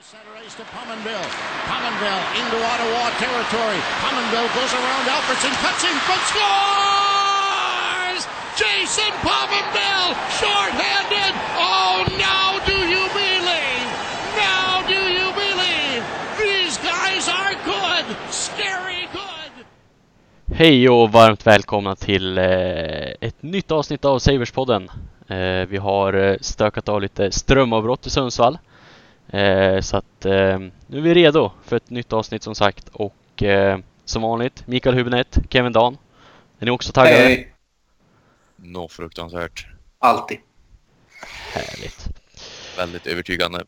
Center ice to Pominville. Pominville into Ottawa territory. Pominville goes around Alfredson, cuts in front, scores! Jason Pominville, short-handed. Oh, now do you believe? Now do you believe? These guys are good, scary good. Hej och varmt välkomna till ett nytt avsnitt av Sabres-podden. Vi har stökat av lite strömavbrott i Sundsvall. Så att nu är vi redo för ett nytt avsnitt som sagt. Och som vanligt, Mikael Hübinette, Kevin Dan. Är ni också taggade? Hej. Nå fruktansvärt. Alltid. Härligt. Väldigt övertygande.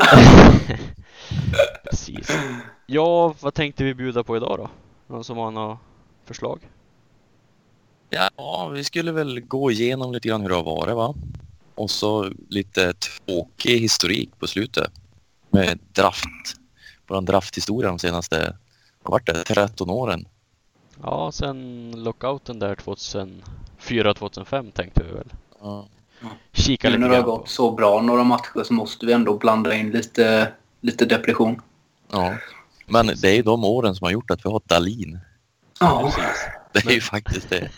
Precis. Ja, vad tänkte vi bjuda på idag då? Någon som har några förslag? Ja, vi skulle väl gå igenom lite grann hur det har varit, va? Och så lite tråkig historik på slutet. Med draft. Vår drafthistoria de senaste, vad var det, 13 åren. Ja, sen lockouten där 2004-2005 tänkte vi väl. Ja. Kika lite Nu när det har grann. gått så bra några matcher så måste vi ändå blanda in lite depression. Ja. Men det är ju de åren som har gjort att vi har Dahlin. Ja. Det är ju faktiskt det.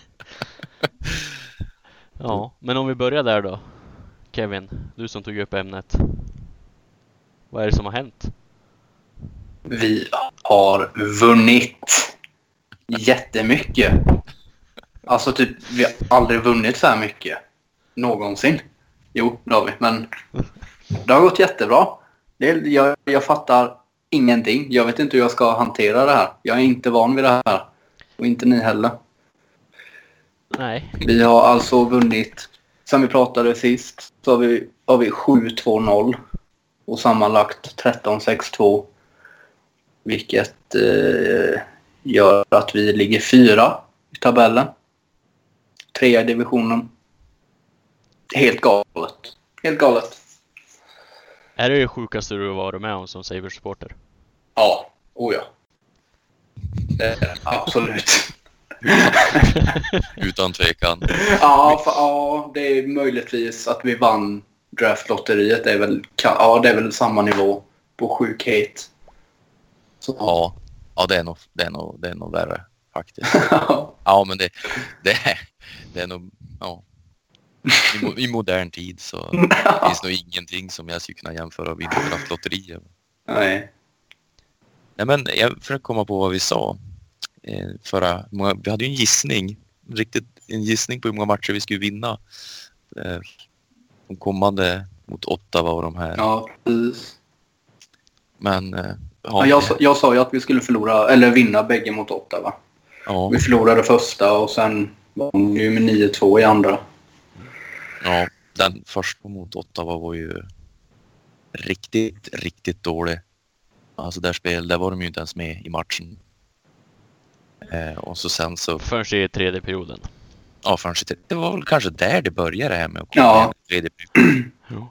Ja, men om vi börjar där då. Kevin, du som tog upp ämnet. Vad är det som har hänt? Vi har vunnit jättemycket. Alltså typ, vi har aldrig vunnit så här mycket. Någonsin. Jo, det har vi. Men det har gått jättebra. Jag fattar ingenting. Jag vet inte hur jag ska hantera det här. Jag är inte van vid det här. Och inte ni heller. Nej. Vi har alltså vunnit, sen vi pratade sist, så har vi 7-2-0 och sammanlagt 13-6-2. Vilket gör att vi ligger 4 i tabellen. 3 i divisionen. Helt galet. Helt galet. Är det sjukaste du har varit med om som Sabres-supporter? Ja, ja. Absolut. Utan tvekan. Ja, det är möjligtvis att vi vann draftlotteriet. Det är väl samma nivå på sjukhet. Så. Ja, det är nog värre faktiskt. Ja, men det är nog, ja. I modern tid så finns nog ingenting som jag skulle kunna jämföra med draftlotterier. Nej. Nej, men jag försöker komma på vad vi sa. Vi hade ju en gissning. En gissning på hur många matcher vi skulle vinna. De kommande mot Ottawa och de här. Ja, precis. Men jag sa ju att vi skulle förlora eller vinna bägge mot Ottawa. Ja. Vi förlorade första och sen var det ju med 9-2 i andra. Ja, den första mot Ottawa var ju riktigt, riktigt dålig. Alltså där var de ju inte ens med i matchen. Och så sen så... Först i tredje perioden. Ja, det var väl kanske där det började här med att komma Ja. i tredje perioden. Ja.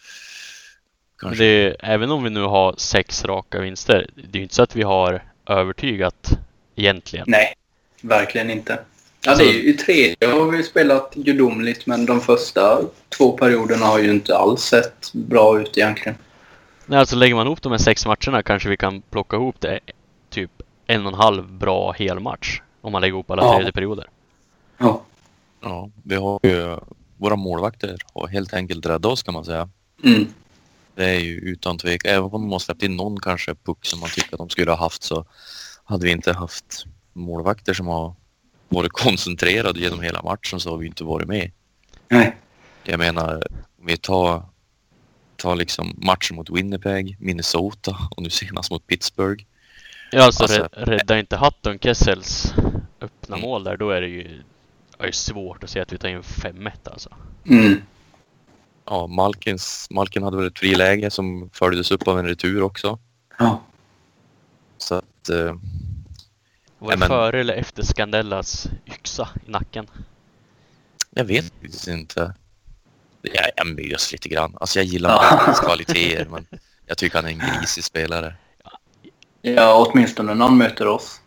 Kanske. Även om vi nu har 6 raka vinster, det är ju inte så att vi har övertygat egentligen. Nej, verkligen inte. Ja, Alltså- det är ju 3 har vi spelat gudomligt, men de första 2 perioderna har ju inte alls sett bra ut egentligen. Nej, alltså lägger man ihop de här 6 matcherna kanske vi kan plocka ihop det typ 1,5 bra helmatch om man lägger ihop alla tredje perioder. Ja. Ja, vi har ju... Våra målvakter har helt enkelt räddat oss, kan man säga. Mm. Det är ju utan tvekan. Även om de har släppt in någon kanske puck som man tycker att de skulle ha haft, så hade vi inte haft målvakter som har varit koncentrerade genom hela matchen, så har vi inte varit med. Nej. Jag menar, om vi tar liksom matchen mot Winnipeg, Minnesota och nu senast mot Pittsburgh. Ja, alltså, Alltså- räddar inte Hutton Kessels öppna mål där, då är det ju svårt att se att vi tar in 5-1 alltså. Mm. Ja, Malkin hade väl ett friläge som följdes upp av en retur också. Ja. Så att... Var det men- före eller efter Scandellas yxa i nacken? Jag vet faktiskt inte. Jag mös lite grann. Alltså jag gillar hans kvaliteter, men jag tycker han är en grisig spelare. Ja, åtminstone när han möter oss.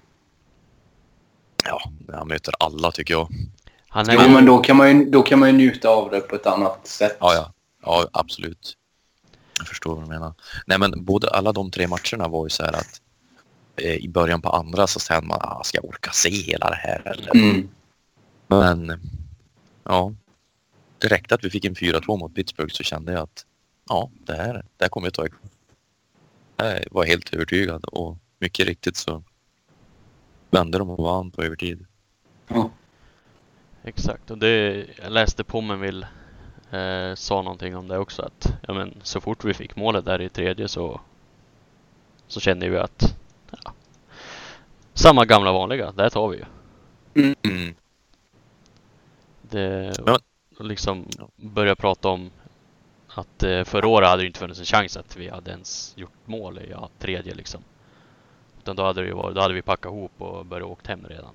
Ja, han möter alla tycker jag. Han är Jo, men då kan man ju njuta av det på ett annat sätt. Ja, absolut. Jag förstår vad du menar. Nej, men både alla de 3 matcherna var ju så här att i början på andra så säger man ska jag orka se hela det här eller? Men ja, det räckte att vi fick en 4-2 mot Pittsburgh så kände jag att det här kommer jag ta igång. Jag var helt övertygad och mycket riktigt så vände de och vann på övertid. Ja. Exakt, och det jag läste på men vill sa någonting om det också att så fort vi fick målet där i tredje så kände vi att samma gamla vanliga, där tar vi ju. Det liksom börja prata om att förra året hade det inte funnits en chans att vi hade ens gjort mål i tredje liksom. Utan då hade vi packat ihop och börjat åka hem redan.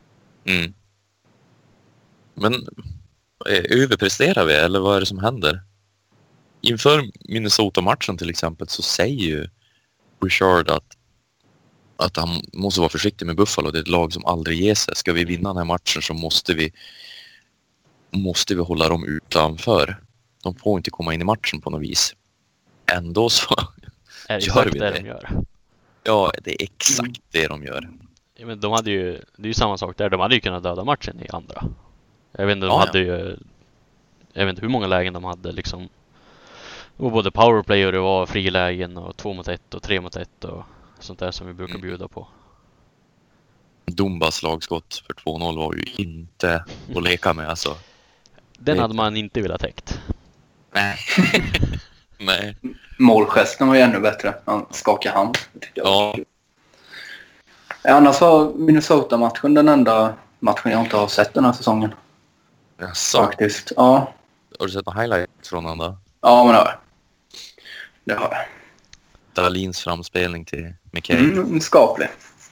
Men överpresterar vi eller vad är det som händer? Inför Minnesota-matchen till exempel så säger ju Richard att han måste vara försiktig med Buffalo. Det är ett lag som aldrig ger sig. Ska vi vinna den här matchen så måste vi hålla dem utanför. De får inte komma in i matchen på något vis. Ändå så är det gör vi det det. de gör. Ja, det är exakt det de gör. Ja, men det är ju samma sak där. De hade ju kunnat döda matchen i andra. Jag vet inte, jag vet inte hur många lägen de hade liksom. Det var både powerplay och det var frilägen och 2 mot 1 och 3 mot 1 och sånt där som vi brukar bjuda på. Dumbas lagskott för 2-0 var ju inte att leka med alltså. Den hade man inte velat täckt. Nej. Nej. Målgesten var ju ännu bättre. Han skakade hand. Ja. Annars var Minnesota-matchen den enda matchen jag inte har sett den här säsongen. Jaså. Faktiskt, ja. Har du sett några highlights från den då? Ja, men det har jag. Dahlins framspelning till McKay. Skaplig.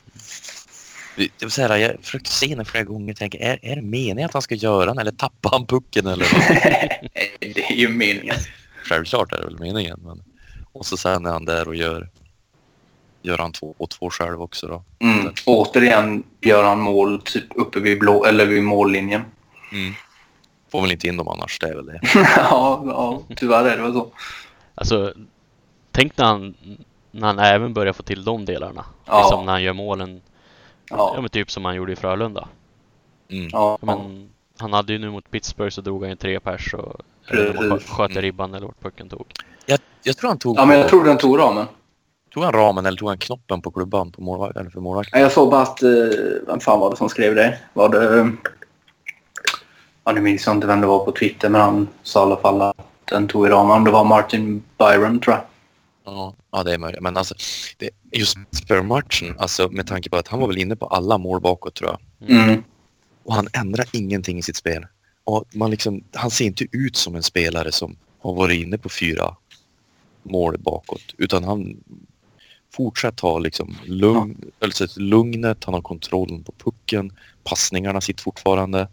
Det vill säga, jag försökte se den flera gånger och tänker, är det meningen att han ska göra den eller tappar han pucken eller? Det är ju meningen. Självklart är det väl meningen. Men... Och så sen är han där och gör han 2-2 själv också då. Återigen gör han mål typ uppe vid mållinjen. Får väl inte in dem annars, det är väl det. ja, tyvärr är det väl så. Alltså, tänk när han även börjar få till de delarna. Liksom när han gör målen. Ja, men typ som han gjorde i Frölunda. Men han hade ju nu mot Pittsburgh så drog han ju 3 pers och sköt ribban eller vart pucken tog. Jag tror han tog... Ja, men jag tror den tog ramen. Tog han ramen eller tog han knoppen på klubban på målvakten eller för målvakten? Jag såg bara att... vem fan var det som skrev det? Var det... Ja, nu minns jag inte vem det var på Twitter, men han sa i alla fall att den tog i ramen. Det var Martin Byron, tror jag. Ja, det är möjligt. Men alltså, just för matchen, alltså med tanke på att han var väl inne på alla mål bakåt, tror jag. Och han ändrar ingenting i sitt spel. Och han ser inte ut som en spelare som har varit inne på 4 mål bakåt. Utan han fortsätter ha liksom lugnet, han har kontrollen på pucken. Passningarna sitter fortfarande.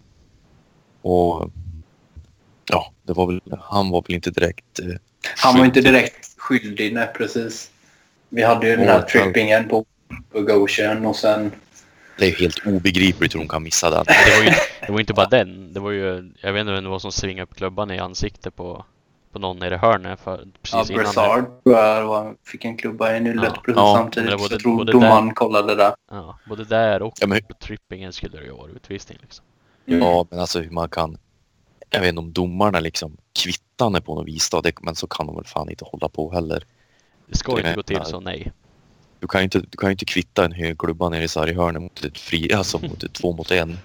Och ja, han var väl inte direkt... Han var inte direkt skyldig, nej precis. Vi hade ju den här trippingen på Goshen och sen... Det är ju helt obegripligt hur de kan missa den. Det var inte bara den. Det var ju, jag vet inte vem det var som svingade upp klubban i ansiktet på någon nere i hörnet. Precis innan. Brassard fick en klubba i nyllet precis samtidigt. Jag tror domaren kollade där. Ja, både där och trippingen skulle det ju vara utvisning liksom. Ja, men alltså hur man kan... Jag vet inte om domarna liksom kvittande på något vis då, men så kan de väl fan inte hålla på heller. Det ska inte gå till så, nej. Du kan ju inte kvitta en hög klubba nere i sarghörnet mot mot ett 2 mot 1.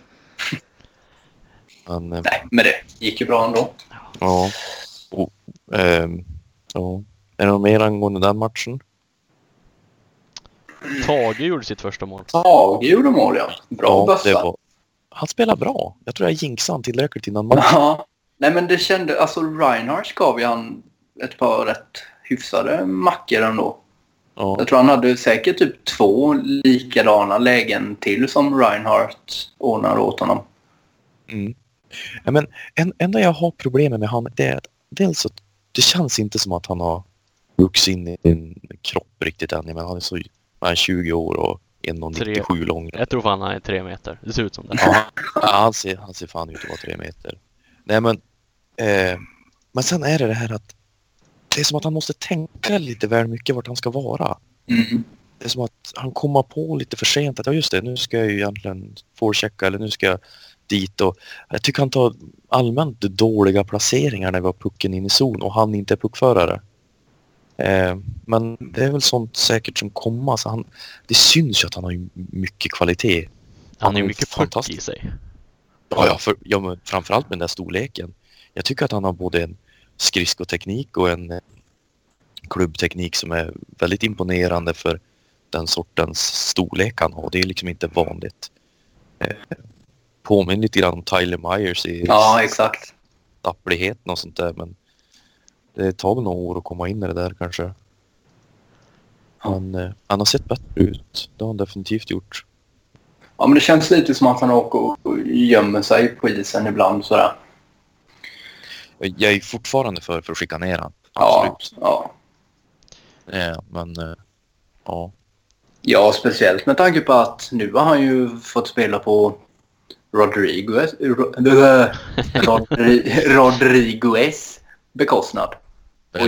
Men, nej, men det gick ju bra ändå. Ja. Är det något mer angående den matchen? Tage gjorde sitt första mål. Tage gjorde mål, ja. Bra bössa. Han spelar bra. Jag tror jag jinxade han tillräckligt innan matchen. Ja. Nej, men det kände... Alltså, Reinhardt gav ju han ett par rätt hyfsade mackor ändå. Ja. Jag tror han hade säkert typ 2 likadana lägen till som Reinhardt ordnar åt honom. Ja, men enda jag har problemet med han det är att dels att det känns inte som att han har vuxit in i en kropp riktigt än. Men han är 20 år och 1,97 lång. Jag tror fan han är 3 meter. Det ser ut som det. Ja, han ser fan ut att vara 3 meter. Nej, men sen är det här att det är som att han måste tänka lite väl mycket vart han ska vara. Mm. Det är som att han kommer på lite för sent att ja just det, nu ska jag ju egentligen forechecka eller nu ska jag dit. Och jag tycker han tar allmänt dåliga placeringar när vi har pucken in i zon och han inte är puckförare. Men det är väl sånt säkert som kommer. Så det syns ju att han har ju mycket kvalitet. Han är ju mycket puck i sig. Ja, men framförallt med den där storleken. Jag tycker att han har både en skridskoteknik och en klubbteknik som är väldigt imponerande för den sortens storlek han har. Det är liksom inte vanligt. Påminner lite grann om Tyler Myers i exakt. stappligheten och sånt där, men det tar väl några år att komma in i det där kanske. Han har sett bättre ut. Det har han definitivt gjort. Ja, men det känns lite som att han åker och gömmer sig på isen ibland sådär. Jag är fortfarande för att skicka ner han. Absolut. Ja. Men ja. Ja, speciellt med tanke på att nu har han ju fått spela på Rodriguez bekostnad. Och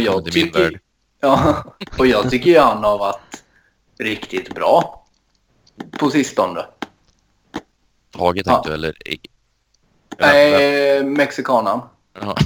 jag tycker ju han har varit riktigt bra på sistone. Taget tänkte du, eller? Mexikanen. Ja.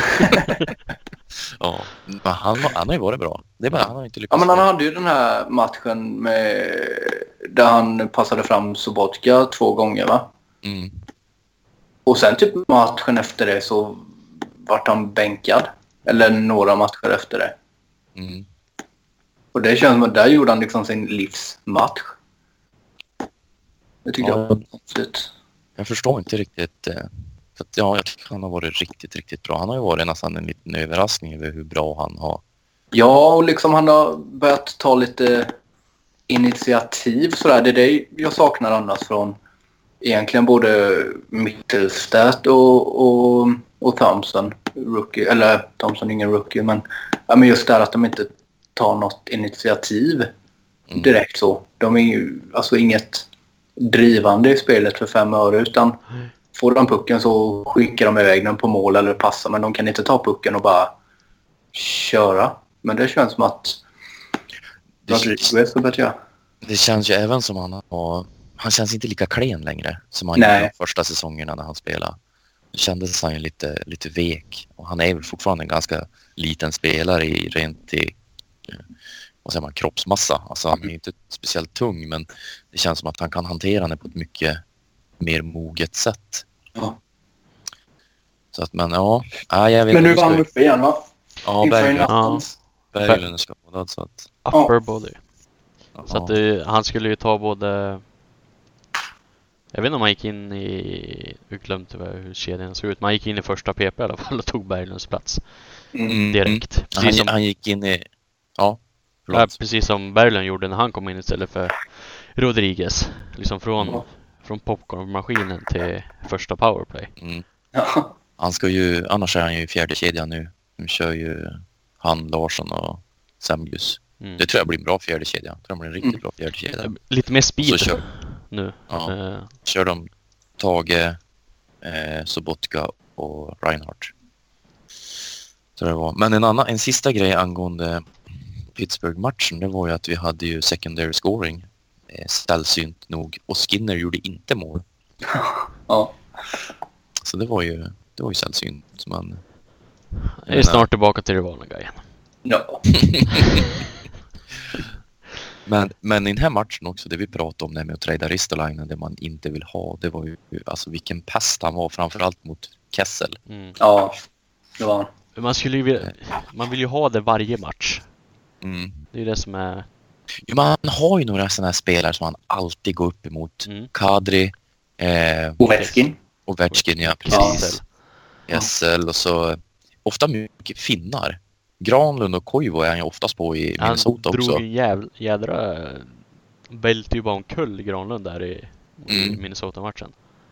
Ja, men han har ju varit bra. Det är bara han har inte lyckats. Ja, men han hade ju den här matchen där han passade fram Sobotka 2 gånger, va? Mm. Och sen typ matchen efter det så vart han bänkad. Eller några matcher efter det. Mm. Och det känns som att där gjorde han liksom sin livsmatch. Det tycker jag absolut. Jag förstår inte riktigt. För att, jag tycker han har varit riktigt, riktigt bra. Han har ju varit nästan en liten överraskning över hur bra han har. Ja, och liksom han har börjat ta lite initiativ sådär. Det är det jag saknar annars från egentligen både Mittelstadt och Thompson. Rookie, eller Thompson är ingen rookie, men just där att de inte tar något initiativ direkt så. De är ju alltså inget drivande i spelet för 5 öre, utan får de pucken så skickar de iväg den på mål eller passar, men de kan inte ta pucken och bara köra. Men det känns som att det känns ju även som han känns inte lika klen längre som han gjorde de första säsongerna när han spelade. Det kändes han ju lite vek, och han är väl fortfarande en ganska liten spelare rent i vad säger man, kroppsmassa. Alltså han är inte speciellt tung, men det känns som att han kan hantera det på ett mycket mer moget sätt. Ja. Så att, men jag vet. Men nu var han uppe igen, va? Ja, Berglund är skadad, så att upper body. Så att han skulle ju ta både. Jag vet inte om han gick in i, jag glömde tyvärr hur kedjan såg ut. Man gick in i första PP i alla fall och tog Berglunds plats direkt. Han gick in i precis som Berglund gjorde när han kom in istället för Rodriguez. Liksom från popcornmaskinen till första powerplay. Ja. Han ska ju, annars är han ju i fjärde kedjan nu. Nu kör ju han, Larsson och Semgus. Det tror jag blir en bra fjärde kedja. Jag tror det blir en riktigt bra fjärde kedja. Lite mer speed nu. Kör de Tage, Sobotka och Reinhardt. Så det var. Men en sista grej angående Pittsburgh-matchen, det var ju att vi hade ju secondary scoring. Sällsynt nog. Och Skinner gjorde inte mål. Ja. Så det var ju sällsynt. Jag är snart tillbaka till det vanliga igen. Ja. Men i den här matchen också, det vi pratade om med att trada Ristolainen, det man inte vill ha, det var ju alltså vilken pest han var, framförallt mot Kessel. Ja, det var man vill ju ha det varje match. Det är ju det som är. Jo, man har ju några sådana här spelare som man alltid går upp emot. Kadri, Ovechkin, ja, precis. Kessel och så ofta mycket finnar. Granlund och Koivu är han ju oftast på i Minnesota också. Han drog en jädra bälte ju bara omkull Granlund där i Minnesota-matchen.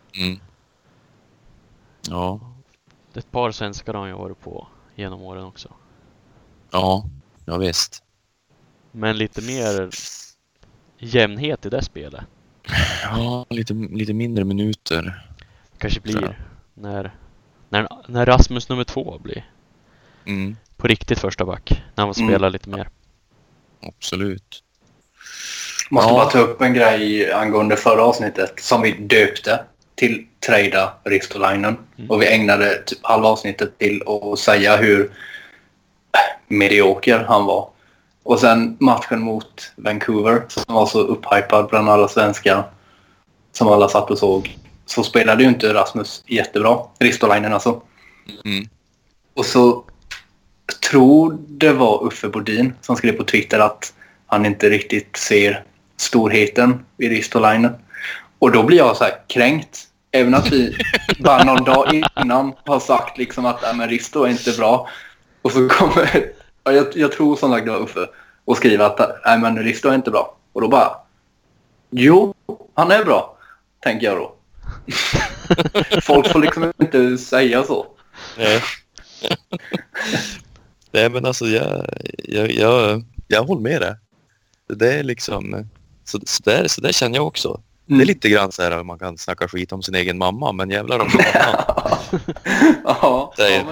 Ja. Ett par svenskar har han ju varit på genom åren också. Ja, visst. Men lite mer jämnhet i det spelet. Ja, lite mindre minuter. Kanske blir när Rasmus nummer 2 blir på riktigt första back när han spelar lite mer. Absolut. Måste bara ta upp en grej angående förra avsnittet som vi döpte till Trada Ristolainen. Och vi ägnade typ halva avsnittet till att säga hur medioker han var. Och sen matchen mot Vancouver som var så upphypad bland alla svenskar som alla satt och såg, så spelade ju inte Rasmus jättebra, Ristolainen alltså. Och så tror det var Uffe Bodin som skrev på Twitter att han inte riktigt ser storheten i Ristolainen. Och då blir jag så här kränkt. Även att vi bara någon dag innan har sagt liksom att men Risto är inte bra. Och så kommer, jag tror som sagt det var Uffe, och skriver att men Risto är inte bra. Och då bara, jo, han är bra, tänker jag då. Folk får liksom inte säga så. Nej, men alltså jag håller med det. Det är liksom så där känner jag också. Det är lite grann så här att man kan snacka skit om sin egen mamma, men jävlar om någon annan.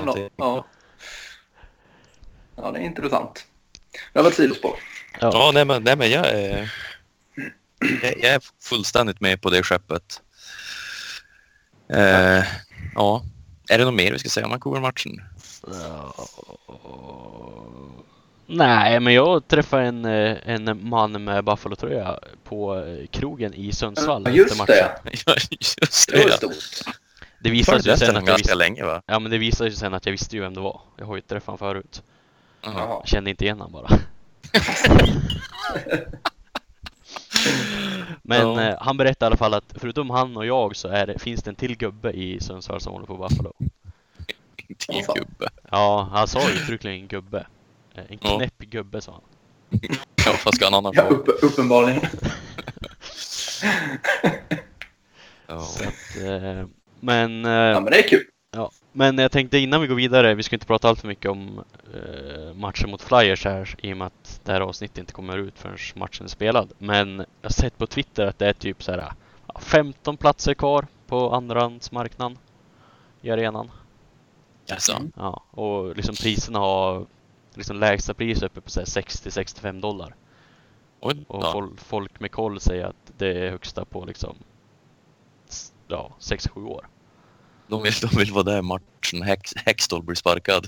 Ja, det är intressant. Det var ett sidospår. Ja, nej men jag är fullständigt med på det skeppet. Ja. Är det något mer vi ska säga om Vancouver-matchen? Nej, men jag träffade en man med Buffalo-tröja på krogen i Sundsvall. Ja, just det. Just Det var det. stort. Det visade sig sen att jag visste, länge, va? ja, men det visade sig sen att jag visste ju vem det var. Jag har ju träffat honom förut. Jaha. Jag kände inte igen honom bara. Men han berättade i alla fall att förutom han och jag så finns det en till gubbe i Sundsvall som håller på Buffalo. Till gubbe. Ja, han sa uttryckligen gubbe. En knäpp gubbe, sa han. Ja, fast ska en annan Ja, få. uppenbarligen. Så att, men Ja, men det är kul. ja, men jag tänkte innan vi går vidare, vi ska inte prata allt för mycket om matchen mot Flyers här, i och med att det här avsnittet inte kommer ut förrän matchen är spelad. Men jag har sett på Twitter att det är typ så här 15 platser kvar på andrahandsmarknaden i arenan. Jaså? Ja, och liksom priserna har liksom lägsta pris uppe på $60-65. Oj, Och folk med koll säger att det är högsta på liksom 6-7 år. De vill vara där matchen Hextall blir sparkad.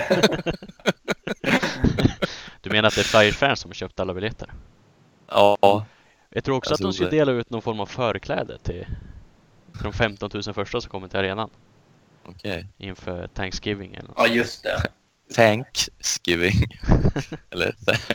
Du menar att det är Flyers-fans som har köpt alla biljetter? Ja. Jag tror också att de skulle dela ut någon form av förkläde till de 15 000 första som kommer till arenan. Okej. Inför Thanksgiving eller något. Ja, just det. Thanksgiving. Eller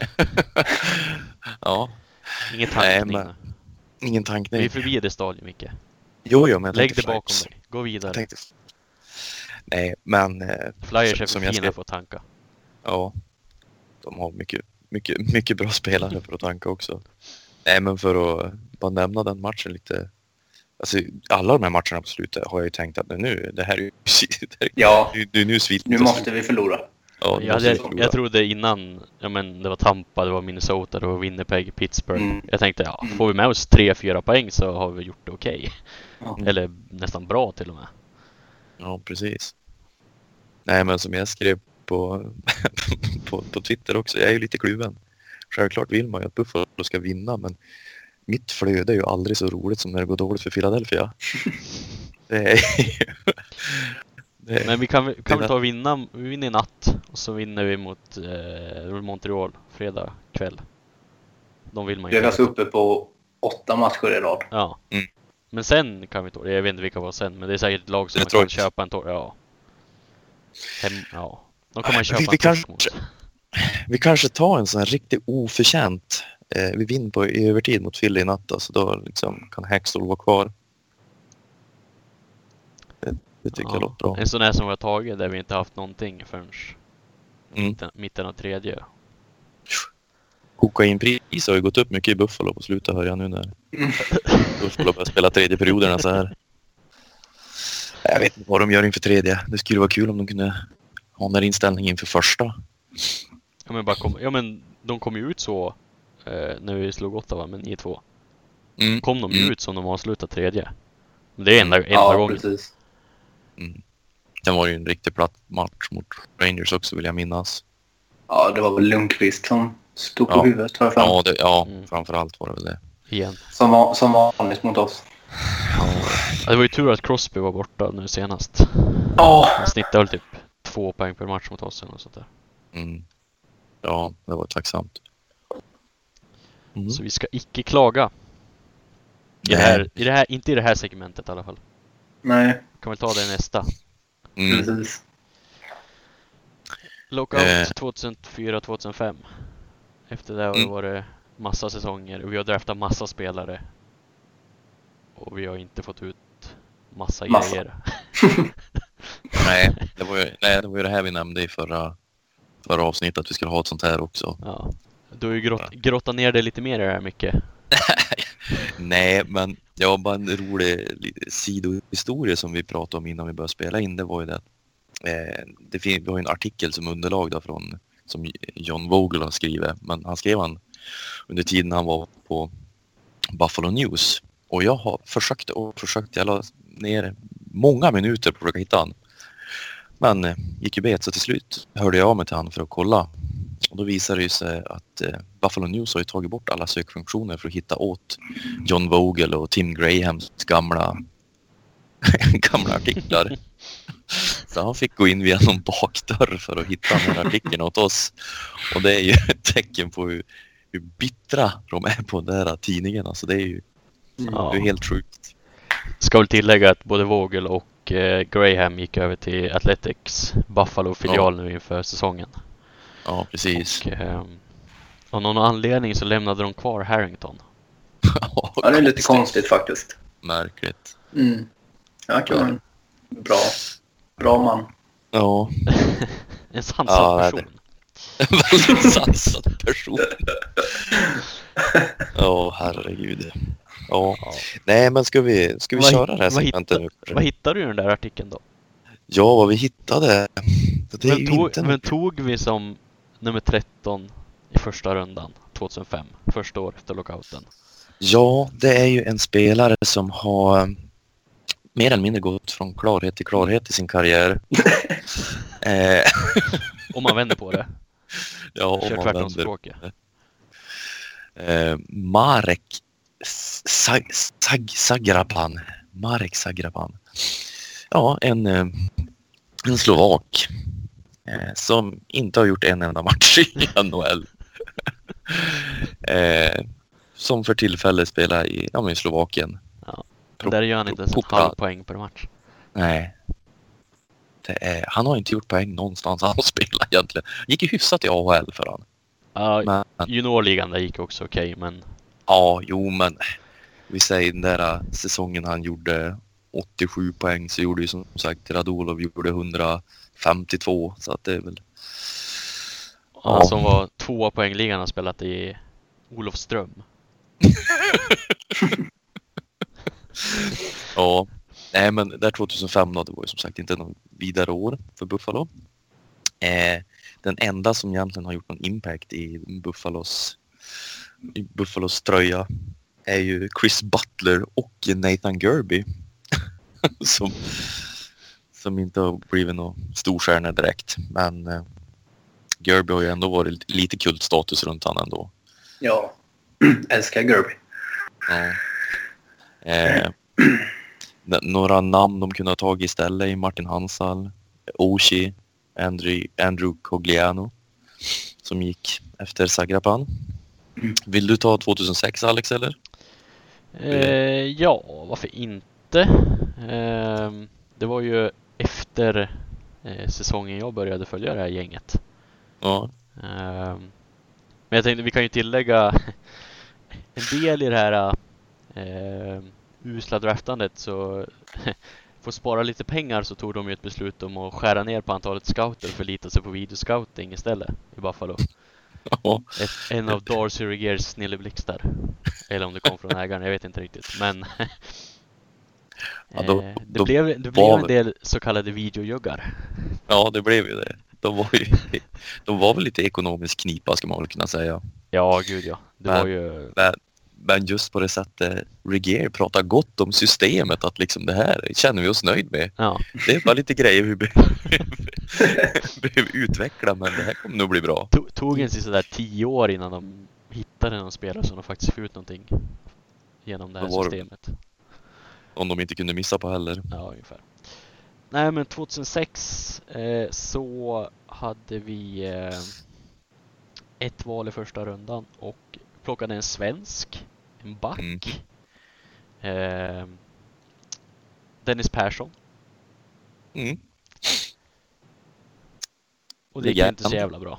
ja. Ingen tankning. Nej, ingen tankning. Vi är förbi det stadiet, Micke. Jo, men jag lägg det Flyers bakom dig. Gå vidare. Nej, men Flyers är som för jag fina för att tanka. Ja. De har mycket bra spelare för att tanka också. Nej, men för att bara nämna den matchen lite. Alltså, alla de här matcherna på slutet har jag ju tänkt att nu, det här är ju... Ja, nu måste vi förlora. Ja, jag trodde innan, det var Tampa, det var Minnesota, det var Winnipeg, Pittsburgh. Jag tänkte, får vi med oss 3-4 poäng så har vi gjort det okej. Eller nästan bra till och med. Ja, precis. Nej, men som jag skrev på Twitter också, jag är ju lite kluven. Självklart vill man ju att Buffalo ska vinna, men mitt flöde är ju aldrig så roligt som när det går dåligt för Philadelphia. Men vi kan ta och vinna. Vi vinner i natt och så vinner vi mot Montreal fredag kväll. De vill man ju. Vi är alltså uppe på 8 matcher i rad. Ja. Men sen kan vi ta. Jag vet inte vilka var sen, men det är säkert ett lag som man kan köpa en de kommer man köpa en torsk mot. Vi kanske tar en sån här riktigt oförtjänt. Vi vinner på i övertid mot Philly i natt, så då liksom kan Hextall vara kvar. Det tycker jag låter bra. En sån här som vi har tagit där vi inte haft någonting förrän mitten av tredje. Kokainpris har ju gått upp mycket i Buffalo på slutet, hör jag nu när Buffalo börjar spela tredje perioderna så här. Jag vet inte vad de gör inför tredje. Det skulle vara kul om de kunde ha den här inställningen inför första. Men de kom ju ut så när vi slog Ottawa med 9-2. Kom de ut som de avslutade tredje. Men det är enda gången. Precis. Sen var det ju en riktigt platt match mot Rangers också, vill jag minnas. Ja, det var väl Lundqvist som stod på huvudet. Framförallt var det väl det. Igen. Som vanligt mot oss. Ja, det var ju tur att Crosby var borta nu senast. Ja. Han snittade väl typ 2 poäng per match mot oss och sånt där. Ja, det var tacksamt. Så vi ska icke klaga. Inte i det här segmentet i alla fall. Nej. Kan väl ta det i nästa. Precis. Lockout 2004-2005. Efter det har det varit massa säsonger och vi har draftat massa spelare. Och vi har inte fått ut massa grejer. Nej, det var ju det här vi nämnde i förra avsnittet, att vi skulle ha ett sånt här också. Ja. Du har ju grottat ner det lite mer i det här mycket. Nej, men det var bara en rolig sidohistoria som vi pratade om innan vi började spela in. Det var ju det att vi har en artikel som underlag då som John Vogel har skrivit. Men han skrev under tiden han var på Buffalo News. Och jag har försökt. Jag la ner många minuter på att försöka hitta han. Men gick ju bet, så till slut hörde jag av mig till han för att kolla. Och då visade det ju sig att Buffalo News har ju tagit bort alla sökfunktioner för att hitta åt John Vogel och Tim Grahams gamla artiklar. Så han fick gå in via någon bakdörr för att hitta den här artikeln åt oss. Och det är ju ett tecken på hur bittra de är på den här tidningen. Alltså det är ju det är helt sjukt. Ska väl tillägga att både Vogel och Graham gick över till Athletics Buffalo-filial nu inför säsongen. Ja, precis. Och av någon anledning så lämnade de kvar Harrington. Ja, det är lite konstigt faktiskt. Märkligt. Ja, kul. Bra man. Ja. En sansad person. En väldigt sansad person. Herregud. Ja. Nej, men ska vi köra det här segmentet nu? Vad hittade du i den där artikeln då? Ja, vad vi hittade. Det är men tog vi som nummer 13 i första rundan 2005, första år efter lockouten? Ja, det är ju en spelare som har mer eller mindre gått från klarhet till klarhet i sin karriär. Om man vänder på det. Ja, om kör man tvärtom vänder. Språket. Marek Sagraban. Marek Sagraban. Ja, en slovak som inte har gjort en enda match i NHL. Som för tillfället spelar i Slovakien. Ja. Där gör han inte ens en halv poäng per match. Nej. Han har inte gjort poäng någonstans han spelar egentligen. Gick ju hyfsat i AHL för han. Ja, juniorligan där gick också okej, men... Ja, men vi säger den där säsongen han gjorde 87 poäng, så gjorde ju som sagt Radulov gjorde 152, så att det är väl... Ja, som var 2 poängligan har spelat i Olofström. Ja, nej men där 2005 då, det var ju som sagt inte någon vidare år för Buffalo. Den enda som egentligen har gjort någon impact i Buffalos tröja är ju Chris Butler och Nathan Gerby. som inte har blivit någon storstjärna direkt. Men Gerby har ju ändå varit lite kultstatus runt han ändå. Ja, älskar Gerby. Ja. Några namn de kunde ha tagit istället är Martin Hansal, Oshie, Andrew Cogliano som gick efter Sagrapan. Vill du ta 2006, Alex, eller? Ja, varför inte? Det var ju efter säsongen jag började följa det här gänget. Ja. Men jag tänkte vi kan ju tillägga en del i det här usla draftandet, så för att spara lite pengar så tog de ju ett beslut om att skära ner på antalet scouter och förlita sig på videoscouting istället i Buffalo. Ja. En av Darcy Regiers snilleblixtar. Eller om det kom från ägaren, jag vet inte riktigt. Men det blev en del så kallade videojuggar. Ja, det blev ju det. De var väl lite ekonomiskt knipa, ska man väl kunna säga. Ja, gud ja. Det var ju... Men just på det sättet Regier pratar gott om systemet, att liksom det här känner vi oss nöjd med. Ja. Det är bara lite grejer vi behöver utveckla, men det här kommer nog bli bra. Tog en sådär 10 år innan de hittade någon spelare som de faktiskt fick ut någonting genom det här Då var det- systemet. Om de inte kunde missa på heller. Ja, ungefär. Nej, men 2006 så hade vi ett val i första rundan och plockade en svensk, en back. Dennis Persson. Mm. Och det gick ju inte så jävla bra.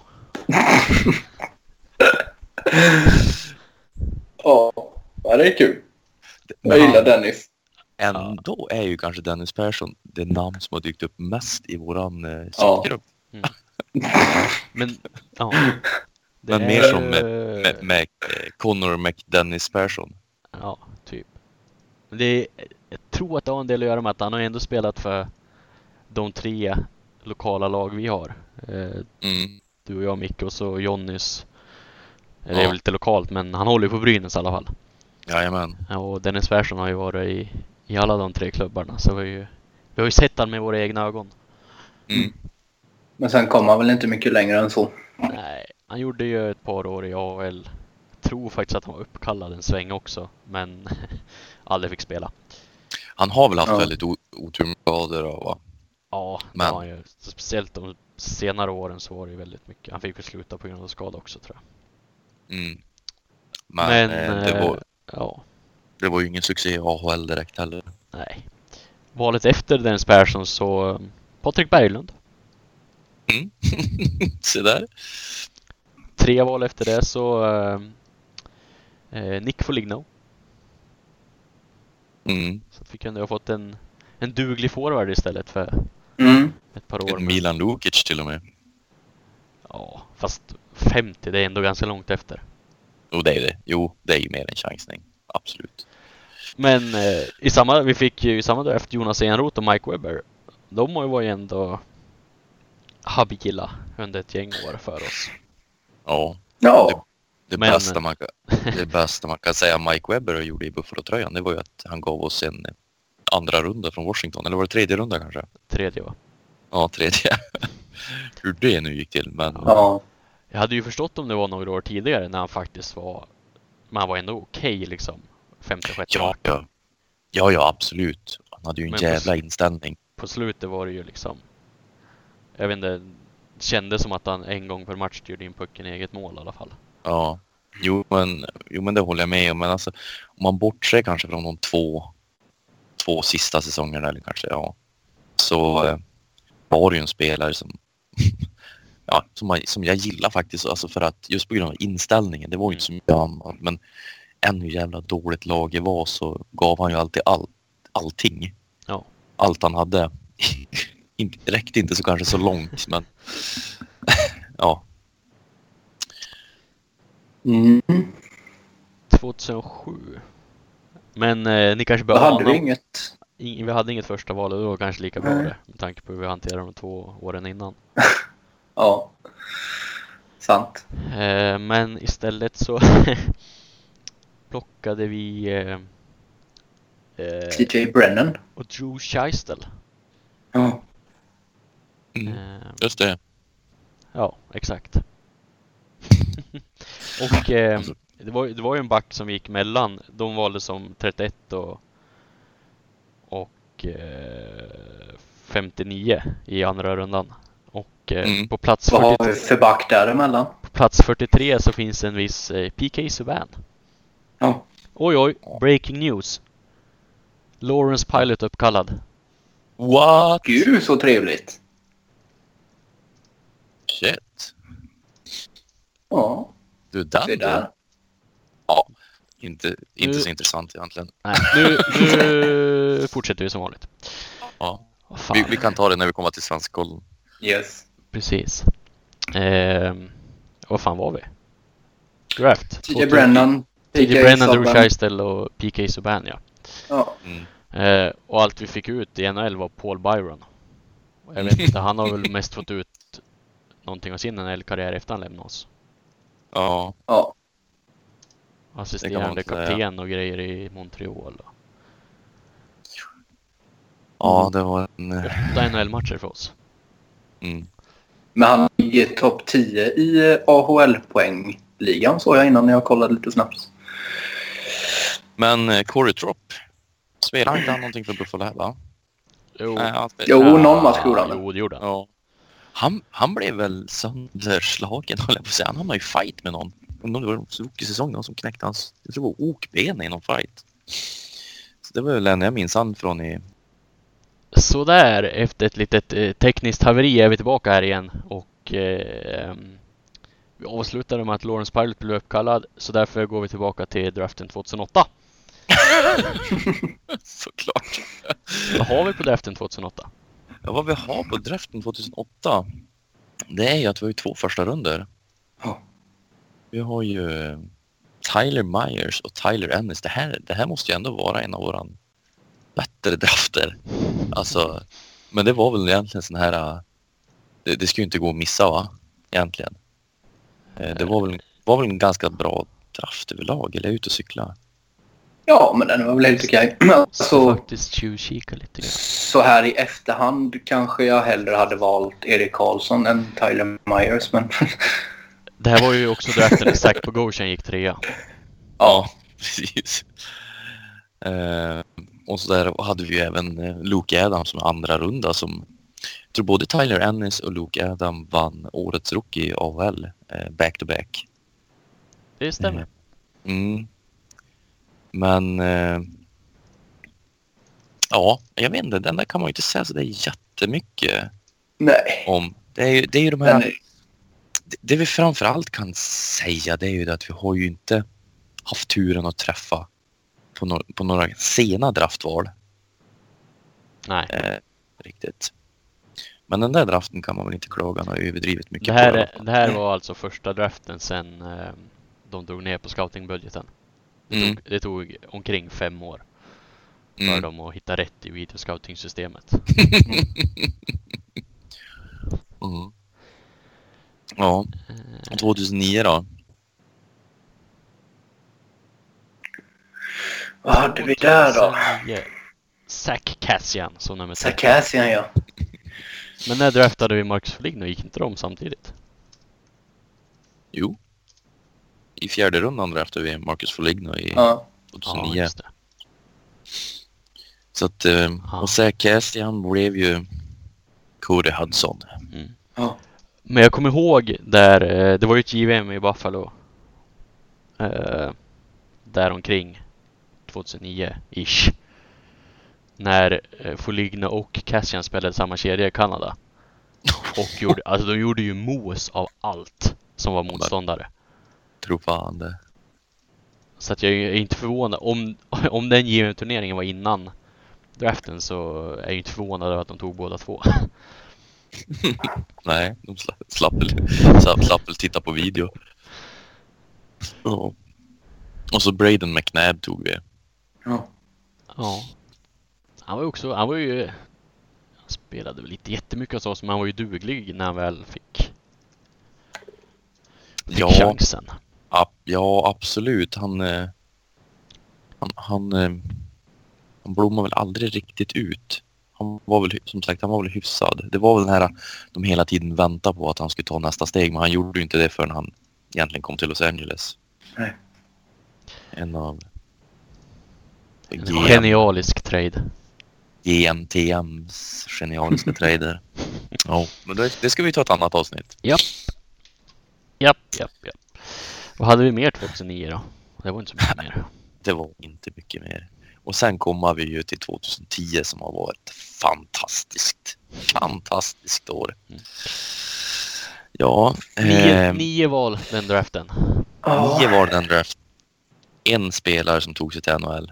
Ja, det är kul. Jag gillar Dennis. Ändå är ju kanske Dennis Persson det namn som har dykt upp mest i våran Ja. chattgrupp. Men ja. Det Men är mer som ju- med Connor McDennis Persson. Ja, typ. Men det är, jag tror att det har en del att göra med att han har ändå spelat för de 3 lokala lag vi har. Du och jag, Micke, och så Jonnys. Det är Ja. väl lite lokalt, men han håller ju på Brynäs i alla fall. Jajamän. Ja, och Dennis Persson har ju varit i alla de 3 klubbarna. Så vi har ju sett han med våra egna ögon. Mm. Men sen kom han väl inte mycket längre än så. Nej, han gjorde ju ett par år i AHL. Jag tror faktiskt att han var uppkallad en sväng också, men aldrig fick spela. Han har väl haft Ja. väldigt otur med skador och va? Ja, det Men- har han ju. Speciellt de senare åren så var det ju väldigt mycket. Han fick väl sluta på grund av skada också, tror jag. Mm. Men ja, det var ju ingen succé i AHL direkt heller. nej. Valet efter Dennis Persson så Patrik Berglund. Mm. Se där. 3 val efter det så Nick Foligno. Mm. Så fick jag ändå fått en duglig forward istället för Mm. ett par år. Milan Lukic till och med. Ja, fast 50, det är ändå ganska långt efter. Och det är det. Jo, det är ju mer en chansning. Absolut. Men vi fick ju i samma draft Jonas Enroth och Mike Webber. De var ju ändå habila under ett gäng år för oss. Ja. Ja. Det Men- bästa man kan säga Mike Webber gjorde i Buffalo-tröjan, det var ju att han gav oss en andra runda från Washington. Eller var det 3:e runda kanske? 3:e, va? Ja, 3:e. Hur det nu gick till, men... Ja. Jag hade ju förstått om det var några år tidigare när han faktiskt var... Men han var ändå okej, liksom. 5-6. Ja, absolut. Han hade ju en Men jävla inställning. På slutet var det ju liksom... Jag vet inte... Det kändes som att han en gång per match styrde in pucken i eget mål i alla fall. Ja. Jo, men det håller jag med om. Men alltså, om man bortser kanske från de två sista säsongerna eller kanske, ja. Så var det ju en spelare som... ja, som jag gillar faktiskt. Alltså för att just på grund av inställningen, det var ju inte så mycket annat. Men än hur jävla dåligt laget var så gav han ju alltid allting. Ja. Allt han hade. Räckte inte så kanske så långt, men ja. Mm. 2007. Men ni kanske Då bör hade vi ana... inget. Vi hade inget första val och det var kanske lika bra Nej. det. Med tanke på hur vi hanterade de 2 åren innan. Ja. Sant. Men istället så plockade vi TJ Brennan. och Drew Scheistel. Ja. Just det. Ja, exakt. Och det var ju en back som gick mellan. De valde som 31 och 59 i andra rundan. Och på plats Vad har 43, vi för back däremellan? på plats 43 så finns en viss PK Subban. Ja. Oj, breaking news. Lawrence Pilot uppkallad. What? Gud, så trevligt. Shit. Ja, Du, den det där. Ja, inte Du- så intressant egentligen. Nej, nu fortsätter vi som vanligt. Ja. Vad fan. Vi kan ta det när vi kommer till svenskkollen. Yes. Precis. Vad fan var vi? Draft. TJ Brennan. TJ Brennan, Drew Subban. Scheistel och PK Subban, ja. Ja. Och allt vi fick ut i NHL var Paul Byron. Och jag vet inte, han har väl mest fått ut någonting av sin NHL-karriär efter han lämnade oss. Ja. Ja. assisterande kapten och grejer i Montreal. Då. Ja, det var 8 NHL-matcher för oss. Mm. Men han ligger topp 10 i AHL-poängligan, såg jag innan när jag kollade lite snabbt. Men Corey Tropp, spelar inte han någonting för Buffalo här, va? Jo, Nej, Jo, någon match gjorde han. Jo, det gjorde han. Ja. Han blev väl sönderslagen, håller jag på att säga. Han hamnade i fight med någon. Om det var en rookie-säsong, någon som knäckte hans, jag tror det var okben i någon fight. Så det var väl en jag minns han från i... Så där, efter ett litet tekniskt haveri är vi tillbaka här igen. Och vi avslutade med att Lawrence Pilot blev uppkallad. Så därför går vi tillbaka till draften 2008. Såklart. Vad har vi på draften 2008? Ja, vad vi har på draften 2008, det är ju att vi har 2 första runder. Ja. Vi har ju Tyler Myers och Tyler Ennis. Det här måste ju ändå vara en av våran bättre drafter. Alltså, men det var väl egentligen sån här... Det skulle ju inte gå att missa, va? Egentligen. Det var väl en ganska bra draft överlag. Eller ut och cykla. Ja, men den var väl helt okej. Alltså, Faktiskt tjuvkika lite grann. så här i efterhand kanske jag hellre hade valt Erik Karlsson än Tyler Myers, men... Det här var ju också draften när Zach Bogosian gick 3. Ja, precis. Och så där hade vi ju även Luke Adams som andra runda som... Jag tror både Tyler Ennis och Luke Adams vann årets rookie i AHL back-to-back. Det stämmer. Mm. Men ja, jag vet inte, den där kan man ju inte säga så det är jättemycket Nej. om. Det är ju de här... Men, Det vi framförallt kan säga, det är ju det att vi har ju inte haft turen att träffa på några sena draftval. Nej. Riktigt. Men den där draften kan man väl inte klaga, han har överdrivet mycket Det här var alltså första draften sen de drog ner på scoutingbudgeten. Det tog omkring 5 år för dem att hitta rätt i videoscouting-systemet. Mm. Ja, 2009 då? vad hade vi där då? 2009. Zach Kassian som nummer 3. Sarkassian, ja. Men när draftade vi Marcus Foligno, gick inte de samtidigt? Jo. I 4:e rundan draftade vi Marcus Foligno i Ja. 2009. Ja, just det. Så att, och Zach Kassian blev ju Cody Hudson. Mm. Ja. Men jag kommer ihåg där, det var ju ett JVM i Buffalo. Där omkring 2009-ish. När Foligno och Kassian spelade samma kedja i Kanada. Och de gjorde ju mos av allt som var motståndare. Tror fan det. Så att jag är inte förvånad. Om den JVM-turneringen var innan draften så är jag inte förvånad över att de tog båda 2. Nej, de slapp väl titta på video. Ja. Och så Braden McNabb tog vi. Ja. Ja. Han spelade väl inte jättemycket av oss, men han var ju duglig när han väl fick chansen. Ja, absolut. Han blommade väl aldrig riktigt ut. Han var väl hyfsad. Det var väl den här de hela tiden väntade på att han skulle ta nästa steg, men han gjorde ju inte det förrän han egentligen kom till Los Angeles. Nej. En av Genialisk trade. GMTMs genialiska trader. Ja, men det ska vi ta ett annat avsnitt. Japp. Vad hade vi mer 2009 då? Det var inte så mycket mer. Det var inte mycket mer. Och sen kommer vi ju till 2010 som har varit fantastiskt år. Ja. 9 val den draften. 9 var den draft. En spelare som tog sig till NHL.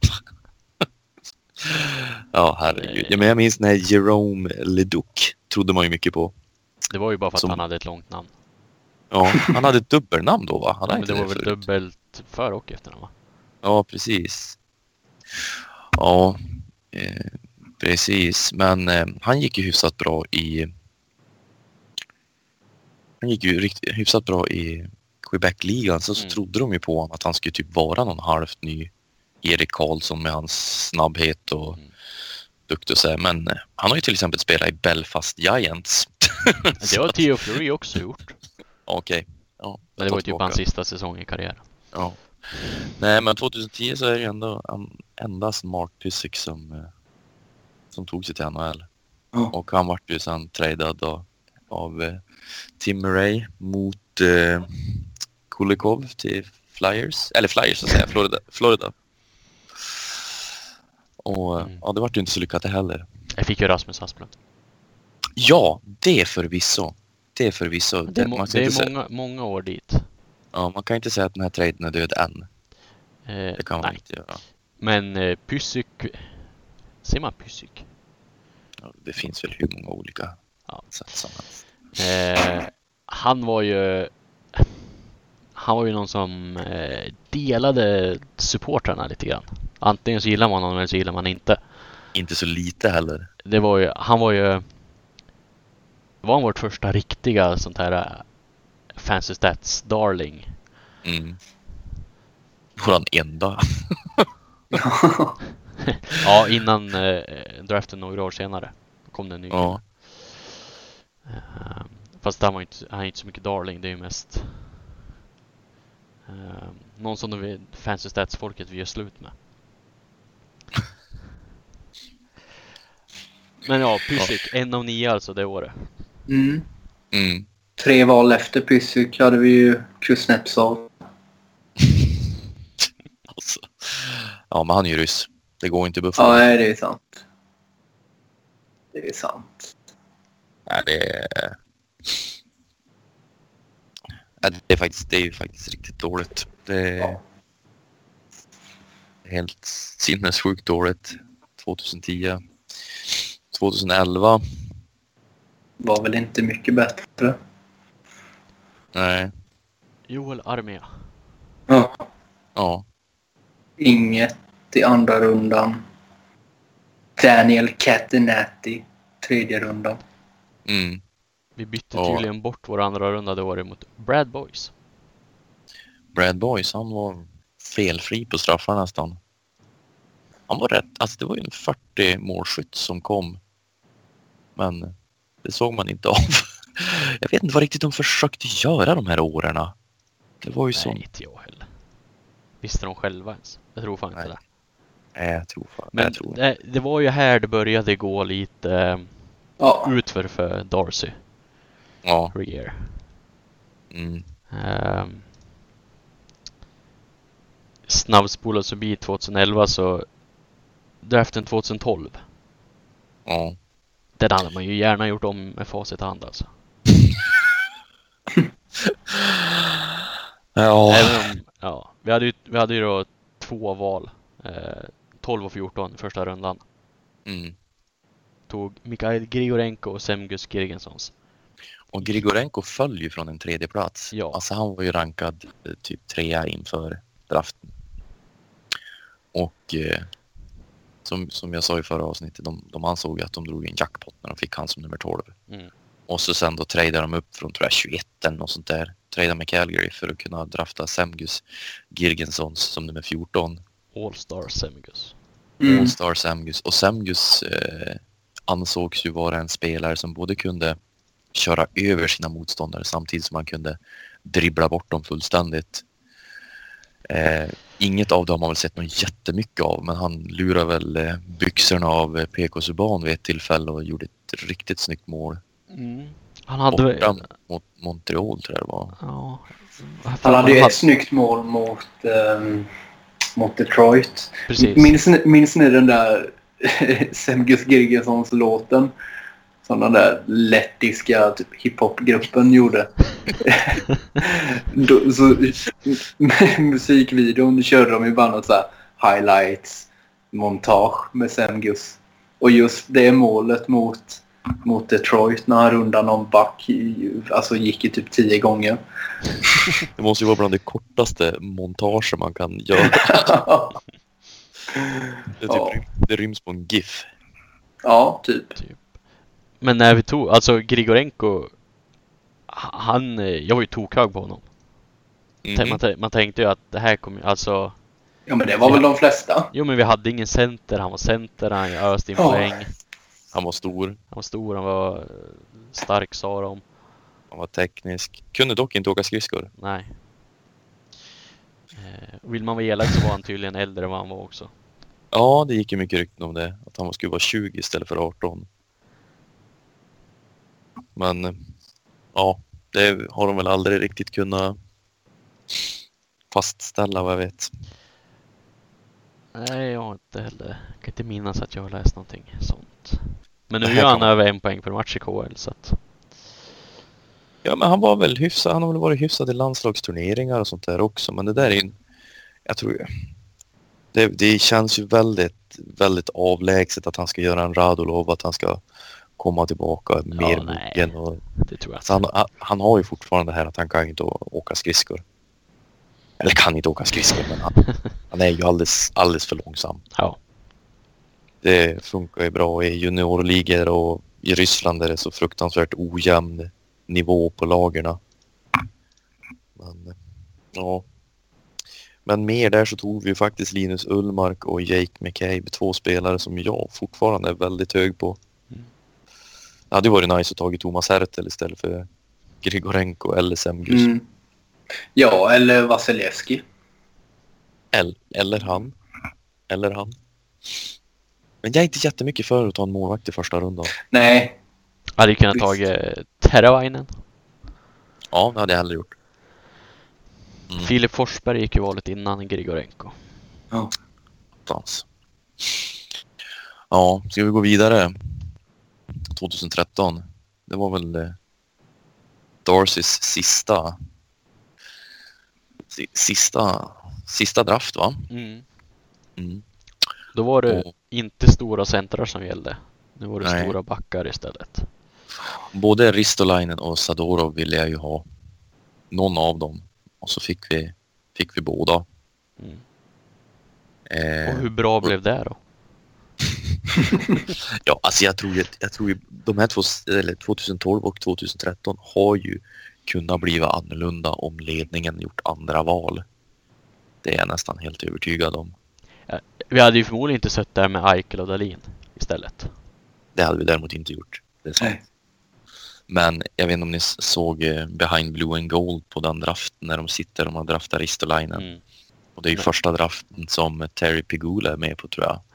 Ja, herregud. Ja, men jag minns när Jerome Leduc trodde man ju mycket på. Det var ju bara för att han hade ett långt namn. Ja, han hade ett dubbelnamn då, va? Men det var väl dubbelt för och efternamn, va? Ja, precis. Ja, precis. Men han gick ju hyfsat bra i Quebec-ligan så trodde de ju på honom att han skulle typ vara någon halvt ny Erik Karlsson med hans snabbhet och duktig och så här. Men han har ju till exempel spelat i Belfast Giants. Det har Theo Fleury också gjort. Okej. Ja, Men det var ju typ hans sista säsong i karriären. Ja. Nej, men 2010 så är det ju ändå endast Mark Pysyk som tog sig till NHL. Och han vart ju sen tradad av Tim Murray mot Kulikov till Flyers. Eller Flyers så att säga, Florida. Och ja, det vart ju inte så lyckat det heller. Jag fick ju Rasmus Asplund. Ja, det är förvisso. Det är många år dit. Ja, man kan inte säga att den här traden är död än. Det kan man inte göra. Men Pysyk... Ser man Pysyk? Ja, det finns väl hur många olika sätt som helst. Han var ju någon som delade supportrarna lite grann. Antingen så gillar man honom eller så gillar man inte. Inte så lite heller. Han var vårt första riktiga sånt här fancy stats darling. Våran enda. Ja, innan draften några år senare kom det en ny. Ja. Fast han är inte så mycket darling. Det är ju mest någon som de fancy stats folket vi gör slut med. Men ja, Pysyk, 1 av 9 alltså det året. 3 val efter Pysyk hade vi ju Kuznetsov. Alltså. Ja, men han är ju ryss. Det går inte Buffalo. Ja, nej, det är sant. Det är sant. Nej, det är ju faktiskt riktigt dåligt. Det är helt sinnessjukt dåligt. 2010. 2011. Var väl inte mycket bättre. Nej. Joel Armia. Ja. Inget i andra rundan. Daniel Catenati, 3:e rundan. Vi bytte tydligen bort vår andra runda det året mot Brad Boyce. Brad Boyce, han var felfri på straffar nästan. Han var rätt, alltså det var ju en 40 målskytt som kom. Men det såg man inte av. Jag vet inte vad riktigt de försökte göra de här åren. Det var ju så. Nej, inte jag heller. Visste de själva ens? Jag tror fan inte det. Nej, jag tror fan. Men det var ju här det började gå lite utför för Darcy. Ja. Rear. Snabbspolat förbi 2011 så draften 2012. Ja. Den hade man ju gärna gjort om med facit i hand alltså. Vi hade ju då 2 val. 12 och 14 första rundan. Tog Mikhail Grigorenko och Semgus Girgensons. Och Grigorenko föll ju från en 3:e plats. Ja. Alltså han var ju rankad typ 3:a inför draften. Och som jag sa i förra avsnittet, de ansåg att de drog en jackpot när de fick han som nummer 12. Och så sen då tradade de upp från tror jag 21 eller något sånt där. Tradade med Calgary för att kunna drafta Semgus Girgensons som nummer 14. All-Star Semgus. All-Star Semgus. Och Semgus ansågs ju vara en spelare som både kunde köra över sina motståndare samtidigt som man kunde dribbla bort dem fullständigt. Inget av dem har väl sett något jättemycket av, men han lurar väl byxorna av PK Subban vid ett tillfälle och gjorde ett riktigt snyggt mål. Han hade mot Montreal tror jag det var. Ja. Han hade ju ett snyggt mål mot Detroit. Precis. Minns ni den där Semgus Girgensons låten som den där lettiska typ hiphop-gruppen gjorde? Så musikvideon körde de ju bara något så här highlights montage med Semgus. Och just det målet mot Detroit när han rundade någon back alltså gick i typ 10 gånger. Det måste ju vara bland det kortaste montage man kan göra. Det ryms på en GIF. Ja, typ. Men när vi tog, alltså Grigorenko, jag var ju tokhög på honom. Man tänkte ju att det här kommer alltså... Ja, men det var väl de flesta. Jo, men vi hade ingen center. Han var center, han öste in poäng. Han var stor. Han var stark, sa de. Han var teknisk. Kunde dock inte åka skridskor. Nej. Vill man vara elak så var han tydligen äldre än vad han var också. Ja, det gick ju mycket rykten om det. Att han skulle vara 20 istället för 18. Men ja, det har de väl aldrig riktigt kunnat fastställa vad jag vet. Nej, jag har inte heller. Jag kan inte minnas att jag har läst någonting sånt. Men nu Det är här han kan- över 1 poäng per match i KL, så att... Ja, men han var väl hyfsad. Han har väl varit hyfsad i landslagsturneringar och sånt där också. Men det där är jag tror ju... Det känns ju väldigt, väldigt avlägset att han ska göra en Radulov, att han ska komma tillbaka mer mogen. Och, det tror jag. så han har ju fortfarande det här att han kan inte åka skridskor. Eller kan inte åka skridskor, men han är ju alldeles för långsam. Ja. Det funkar ju bra i juniorligor och i Ryssland är det så fruktansvärt ojämn nivå på lagerna. Men ja. Men mer där så tog vi faktiskt Linus Ullmark och Jake McCabe, 2 spelare som jag fortfarande är väldigt hög på. Det hade varit nice att ta Thomas Hertel istället för Grigorenko eller Semgus. Ja, eller Vasilevski. Eller han. Men jag är inte jättemycket för att ta en målvakt i första rundan. Nej. Hade ju kunnat ta Teravainen. Ja, det hade jag hellre gjort. Filip Forsberg gick ju valet innan Grigorenko. Ja. Ja, ska vi gå vidare? 2013. Det var väl Darcys sista draft, va? Då var det inte stora centrar som gällde. Nu var det stora backar istället. Både Ristolainen och Zadorov ville jag ju ha. Någon av dem. Och så fick vi båda. Och hur bra blev det då? Ja, alltså jag tror ju de här 2012 och 2013 har ju kunnat bli annorlunda om ledningen gjort andra val. Det är jag nästan helt övertygad om. Vi hade ju förmodligen inte sett där med Eichel och Dahlin istället. Det hade vi däremot inte gjort. Det är sant. Nej. Men jag vet inte om ni såg Behind Blue and Gold på den draften när de har draftat Ristolainen. Och det är ju första draften som Terry Pegula är med på, tror jag.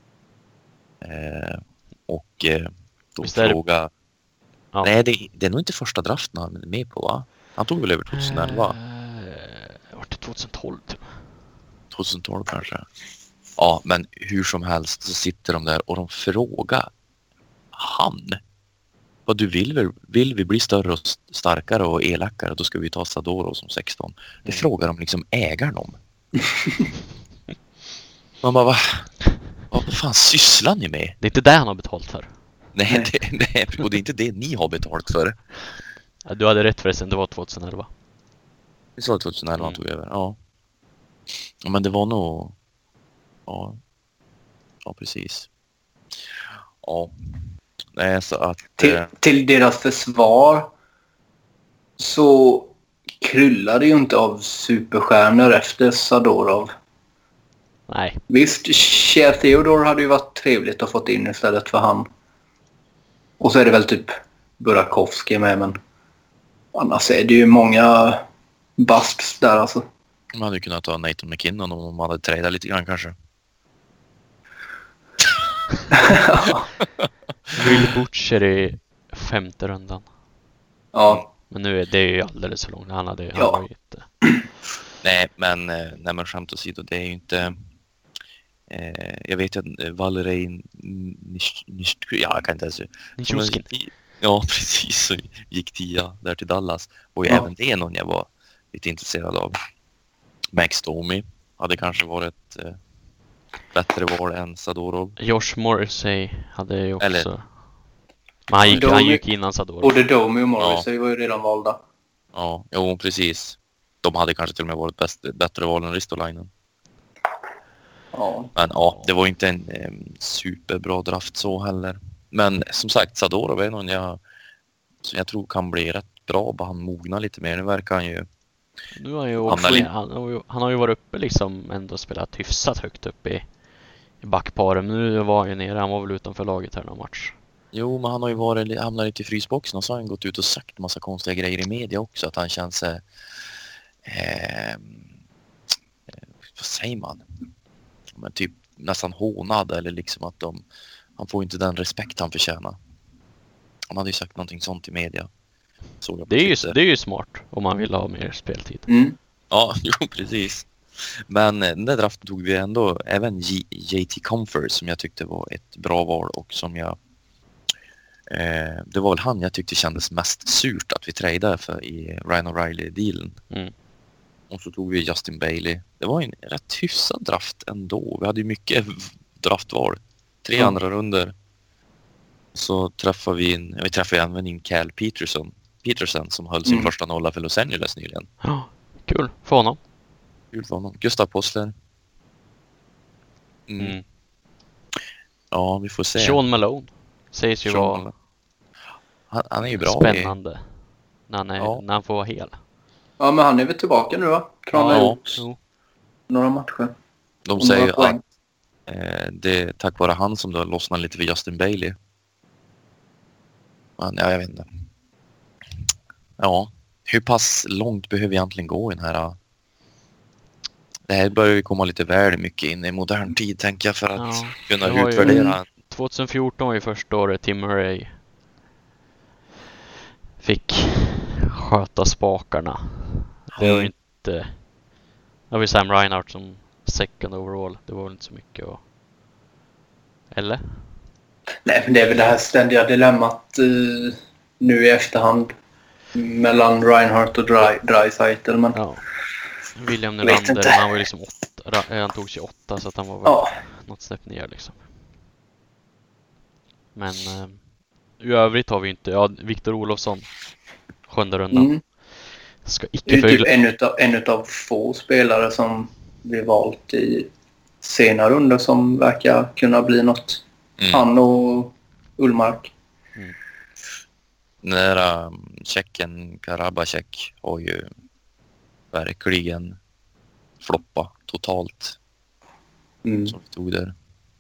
Och då fråga... Ja. Nej, det är nog inte första draften han är med på, va? Han tog väl över 2011? Var det 2012 typ? 2012 kanske. Ja, men hur som helst så sitter de där och de frågar han. Vad du vill vi bli större och starkare och elakare, då ska vi ta Zadorov som 16. Det frågar de liksom ägaren om. Man bara, vad fan sysslar ni med? Det är inte det han har betalt för. Nej, och det är inte det ni har betalt för. Ja, du hade rätt förresten, det var 2011. Det var 2011 han tog över, ja. Men det var nog... Ja, precis. Ja. Nej, så att... Till deras försvar så kryllade ju inte av superstjärnor efter Zadorov. Nej. Visst, Cher Theodore hade ju varit trevligt att fått in istället för han. Och så är det väl typ Burakovsky med, men annars är det ju många busts där alltså. Man hade ju kunnat ta Nathan McKinnon om de hade tradat lite grann kanske. Will Butcher i 5:e rundan. Ja. Men nu är det ju alldeles för långt. Han var inte... Nej, men skämt åsido, det är ju inte... jag vet ju att Valerij jag kan inte ens... Nishuskin. Ja, precis. Så gick 10 där till Dallas. Och även det någon jag var lite intresserad av. Max Domi hade kanske varit bättre val än Zadorov. Josh Morrissey hade ju också... Eller... Men han gick innan Zadorov. Både Domi och Morrissey var ju redan valda. Ja, jo, precis. De hade kanske till och med varit bättre val än Ristolainen. Ja. Men ja, det var inte en superbra draft så heller. Men som sagt, Zadorov är någon jag tror kan bli rätt bra. Bara han mognar lite mer. Nu verkar han ju Nu har han har ju varit uppe liksom, ändå spelat hyfsat högt upp i backparen. Nu var han ju nere, han var väl utanför laget här någon match. Jo, men han har ju hamnat lite i frysboxen och så har han gått ut och sagt en massa konstiga grejer i media också. Att han känns vad säger man? Men typ nästan hånad, eller liksom att han får inte den respekt han förtjänar. Han hade ju sagt någonting sånt i media. Det är ju smart om man vill ha mer speltid. Mm. Ja, jo, precis. Men den där draften tog vi ändå även JT Comfort, som jag tyckte var ett bra val, och som jag det var väl han jag tyckte kändes mest surt att vi tradade för i Ryan O'Reilly-dealen. Mm. Och så tog vi Justin Bailey. Det var en rätt hyfsad draft ändå. Vi hade ju mycket draftval. 3 andra runder. Så träffade vi även in Cal Peterson som höll sin första nolla för Los Angeles nyligen. Ja, kul för honom. Kul för honom. Gustav Postler. Ja, vi får se. Sean Malone sägs ju vara han är ju bra. Spännande när han får vara hel. Ja, men han är väl tillbaka nu, va? Ja. Några matcher. De säger att det är tack vare han som det har lossnat lite för Justin Bailey. Men jag vet inte. Ja, hur pass långt behöver vi egentligen gå i den här? Det här börjar ju komma lite väl mycket in i modern tid, tänker jag, för att kunna utvärdera. 2014 var ju första året Tim Murray fick sköta spakarna. Det var inte... Det var ju Sam Reinhart som second overall. Det var väl inte så mycket att... Eller? Nej, men det är väl det här ständiga dilemmat nu i efterhand mellan Reinhart och Draisaitl. Men... Ja. William Nylander, han var ju liksom 8. Han tog 28, så att han var väl något snäpp ner liksom. Men i övrigt har vi inte... Ja, Victor Olofsson, 7:e rundan. Ska icke det är typ en utav få spelare som blir valt i senare runder som verkar kunna bli något. Han och Ullmark. Nära Tjecken Karabacek har ju verkligen floppa totalt. Som vi tog där.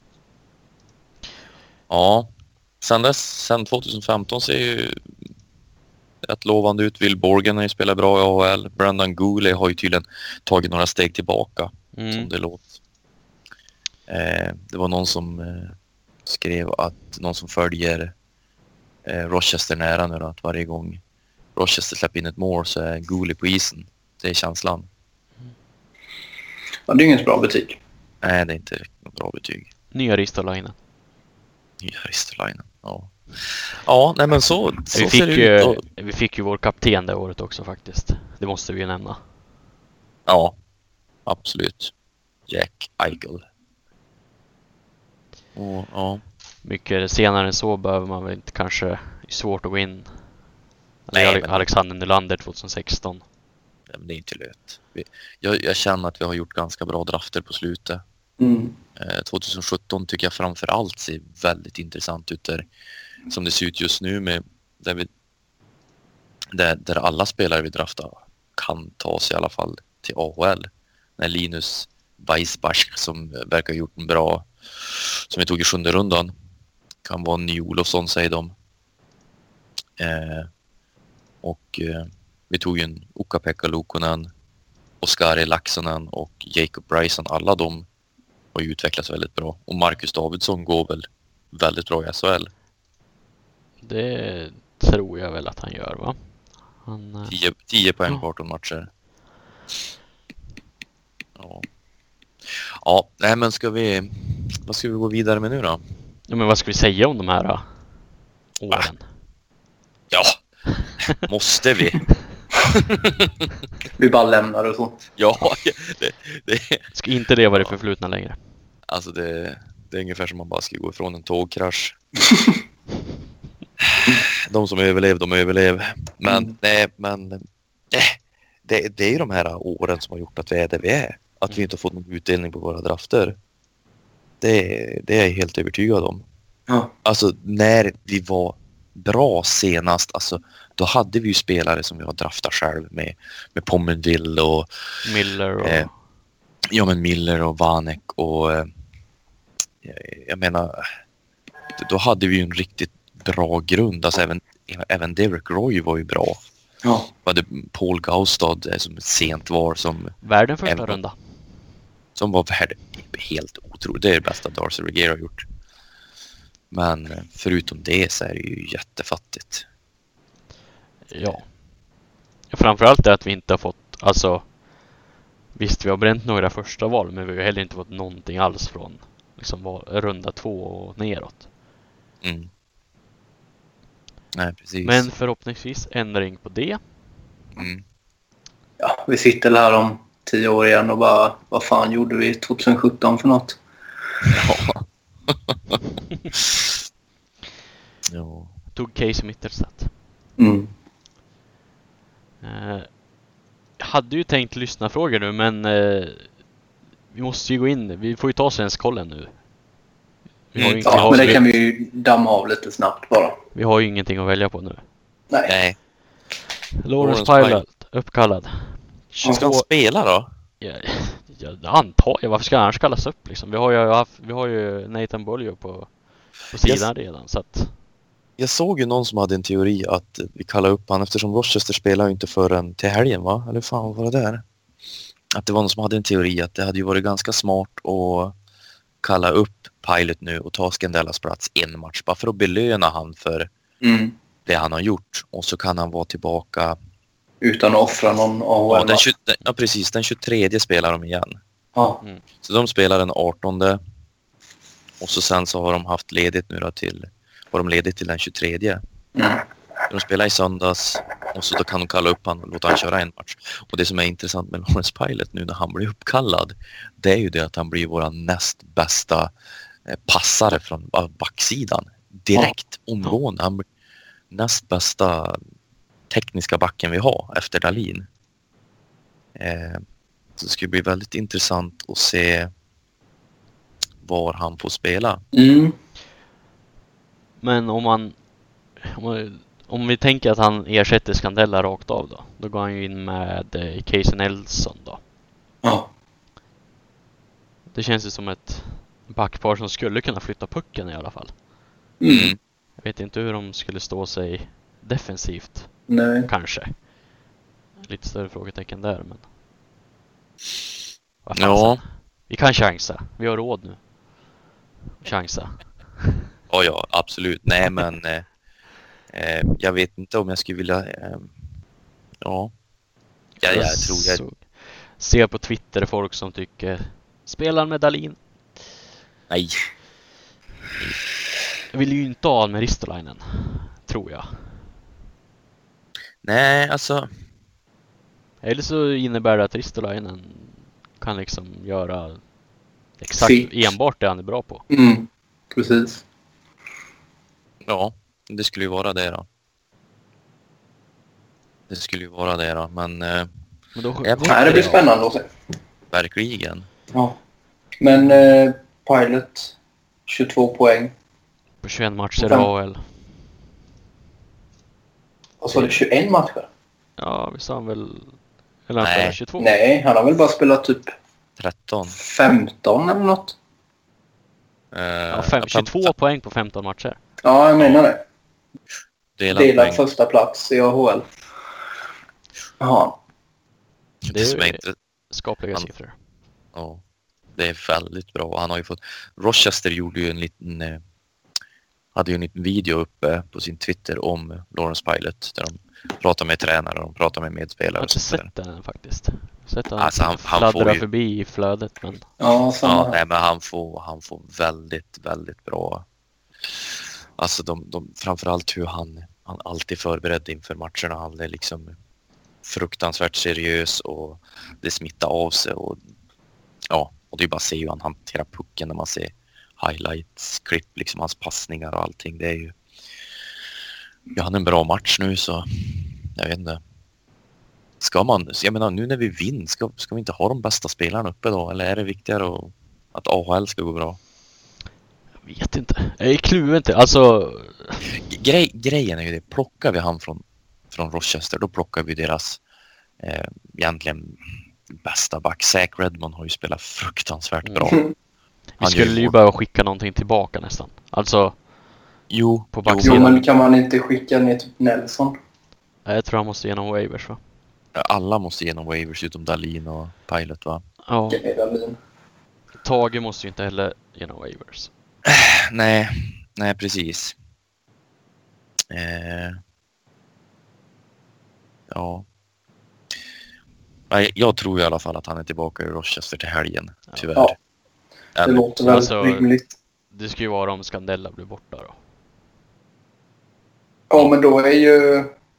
Ja. Sen 2015 ser ju ett lovande ut. Will Borgen har ju spelat bra i AHL. Brendan Gooley har ju tydligen tagit några steg tillbaka. Som det låter. Det var någon som skrev att någon som följer Rochester nära nu då, att varje gång Rochester släpper in ett mål så är Gooley på isen. Det är känslan. Ja, det är inget bra betyg. Nej, det är inte något bra betyg. Nya Ristolainen. Ja. Ja, nej men så vi ser det ut. Vi fick ju vår kapten det året också faktiskt. Det måste vi ju nämna. Ja, absolut. Jack Eichel. Och, ja. Mycket senare än så behöver man väl inte, kanske. Det är svårt att gå in. Nej, Alexander Nylander 2016. Nej, men det är inte löt. Jag känner att vi har gjort ganska bra drafter på slutet. 2017 tycker jag framförallt ser väldigt intressant ut där, som det ser ut just nu med där alla spelare vi draftar kan ta sig i alla fall till AHL. När Linus Weissbach, som verkar ha gjort en bra, som vi tog i 7:e rundan, kan vara en ny Olofsson, säger de. Vi tog ju en Ukko-Pekka Luukkonen, Oskari Laaksonen och Jacob Bryson. Alla de har ju utvecklats väldigt bra. Och Marcus Davidsson går väl väldigt bra i SHL. Det tror jag väl att han gör, va? 10 poäng på 18 matcher. Ja, nej men vad ska vi gå vidare med nu då? Ja, men vad ska vi säga om de här åren? Ja, måste vi? Vi bara lämnar och sånt. Ja, det ska inte leva det förflutna längre. Alltså det är ungefär som man bara ska gå ifrån en tågkrasch. De som överlever, de överlever. Men det är ju de här åren som har gjort att vi är där vi är. Att vi inte har fått någon utdelning på våra drafter. Det är jag helt övertygad om. Ja. Alltså när vi var bra senast, alltså då hade vi ju spelare som vi har draftat själv med Pominville och Miller och... men Miller och Vanek och jag menar, då hade vi ju en riktigt bra grund. Alltså även Derek Roy var ju bra. Ja. Vi hade Paul Gaustad som ett sent var som Världen första runda. Som var helt otroligt. Det är det bästa Darcy Regier har gjort. Men förutom det så är det ju jättefattigt. Ja. Framförallt det att vi inte har fått, alltså visst vi har bränt några första val, men vi har heller inte fått någonting alls från liksom runda 2 och neråt. Mm. Nej, precis. Men förhoppningsvis ändring på det. Mm. Ja, vi sitter här om 10 år igen och bara, vad fan gjorde vi 2017 för något? Ja. Ja. Tog Casey Mittelstadt. Mm. Jag hade ju tänkt lyssna frågor nu, men vi måste ju gå in. Vi får ju ta Svenskkollen nu. Men det kan vi ju damma av lite snabbt bara. Vi har ju ingenting att välja på nu. Nej. Lawrence Pilot, uppkallad. Ska han spela då? Jag antar jag. Varför ska han annars kallas upp liksom? Vi har ju Nathan Bollier på sidan redan, så att... Jag såg ju någon som hade en teori att vi kallar upp han eftersom Rochester spelar ju inte förrän till helgen, va? Eller fan, vad var det där? Att det var någon som hade en teori att det hade ju varit ganska smart att kalla upp Pilot nu och ta Scandellas plats en match bara för att belöna han för det han har gjort. Och så kan han vara tillbaka utan att offra någon AHL. Ja, precis. Den 23 spelar de igen. Ja. Så de spelar den 18. Och så sen så har de haft ledigt nu då var de ledigt till den 23. De spelar i söndags och så då kan de kalla upp han och låta han köra en match. Och det som är intressant med Lawrence Pilot nu när han blir uppkallad, det är ju det att han blir vår näst bästa passare från backsidan. Direkt omgående. Han blir näst bästa tekniska backen vi har efter Dahlin. Så det ska bli väldigt intressant att se var han får spela. Men om vi tänker att han ersätter Scandella rakt av då går han ju in med Casey Nelson då. Ja. Det känns ju som ett backpar som skulle kunna flytta pucken i alla fall. Jag vet inte hur de skulle stå sig defensivt. Nej. Kanske. Lite större frågetecken där, men... Ja. Vi kan chansa. Vi har råd nu. Chansa. Ja, absolut. Nej, men jag vet inte om jag skulle vilja... Jag tror jag... Ser på Twitter folk som tycker spelar med Dahlin. Nej. Jag vill ju inte ha med Ristolainen, tror jag. Nej, alltså... Eller så innebär det att Ristolainen kan liksom göra exakt enbart det han är bra på. Precis. Ja, det skulle ju vara det då. Men då det blir spännande att se. Verkligen. Ja. Men Pilot 22 poäng. På 21 matcher i AHL. Och så är det 21 matcher? Ja, visst har han väl... Eller han spelar 22? Nej, han har väl bara spelat typ 13. 15 eller något. 22 poäng på 15 matcher. Ja, jag menar det. Delad första plats i AHL. Jaha. Det är skapliga siffror. Ja, det är väldigt bra. Han har ju fått... Rochester gjorde ju hade ju en liten video uppe på sin Twitter om Lawrence Pilot där de pratar med tränare och de pratar med medspelare. Jag har inte sett den faktiskt. Sett han han får ju... förbi i flödet, men... men han får väldigt, väldigt bra. Alltså framförallt hur han alltid förberedd inför matcherna. Han är liksom fruktansvärt seriös och det smittar av sig och det är bara att se hur han hanterar pucken när man ser highlights, klipp, liksom hans passningar och allting. Det är ju... Jag hade en bra match nu så jag vet inte. Jag menar nu när vi vinner, ska vi inte ha de bästa spelarna uppe då? Eller är det viktigare att AHL ska gå bra? Jag vet inte. Jag är kluven till. Alltså... Grejen är ju det. Plockar vi han från från Rochester, då plockar vi deras egentligen bästa back. Zach Redmond har ju spelat fruktansvärt bra. Vi skulle ju bara skicka någonting tillbaka nästan. Alltså på backsidan. Jo, men kan man inte skicka ner typ Nelson? Jag tror han måste genom waivers, va? Alla måste igenom waivers utom Dahlin och Pilot, va? Ja. Dahlin. Tage måste ju inte heller genom waivers. Nej, precis. Ja. Jag tror i alla fall att han är tillbaka i Rochester till helgen, tyvärr. Ja, det låter väl rimligt. Det ska ju vara om Scandella blir borta då. Ja, men då är ju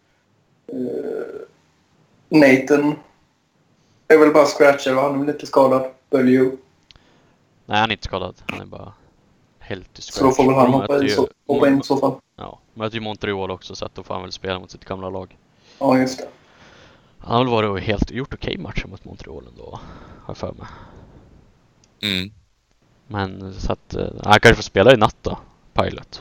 Nathan är väl bara scratcher, va? Han är lite skadad. Bölju. Nej, han är inte skadad. Han är bara helt scratch. Så då får väl han hoppa in i så fall. Ja, möter ju Montreal också, så att då får han väl spela mot sitt gamla lag. Ja, just det. Han har väl varit helt gjort okej matcher mot Montreal ändå, har jag för mig. Men så att han kanske får spela i natt då, Pilot.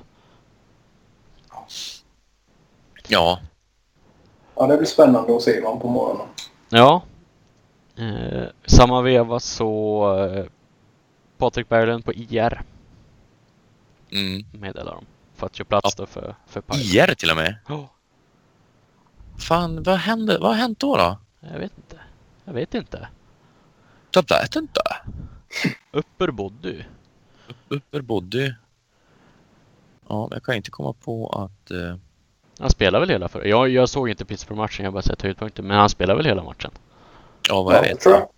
Ja. Ja, det blir spännande att se honom på morgonen. Ja. Samma veva så Patrik Berglund på IR meddelar de. För att göra plats då för Pilot. IR till och med? Ja. Fan, vad har hänt då? Jag vet inte. Jag vet inte. Upper body. Upper body. Ja, jag kan inte komma på att... Han spelar väl hela för. Jag såg inte Pittsburgh-matchen, jag har bara sett höjdpunkter. Men han spelar väl hela matchen? Ja, vad jag vet. Tror jag.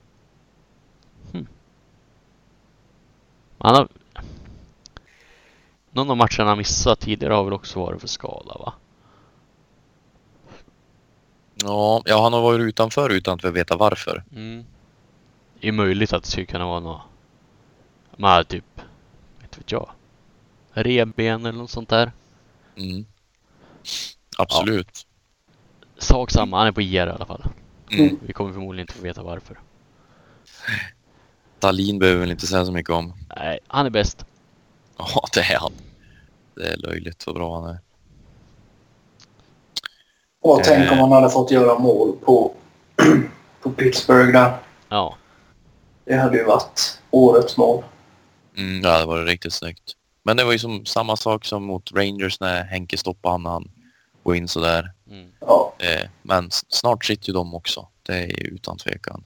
Han har... Någon av matcherna han missat tidigare har väl också varit för skada, va? Ja, han har varit utanför utan att vi veta varför. Det är möjligt att det skulle kunna vara något... Men typ... Inte vet jag. Reben eller något sånt där. Absolut. Ja. Sak samma, han är på IR i alla fall. Vi kommer förmodligen inte få veta varför. Dahlin behöver väl inte säga så mycket om. Nej, han är bäst. Ja, det är han. Det är löjligt så bra han är. Och tänk om han hade fått göra mål på Pittsburgh där. Ja. Det hade ju varit årets mål. Ja, det var riktigt snyggt. Men det var ju som samma sak som mot Rangers när Henke stoppade han går in sådär. Ja. Men snart sitter ju de också. Det är ju utan tvekan.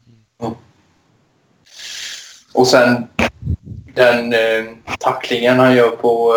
Och sen den tacklingen han gör på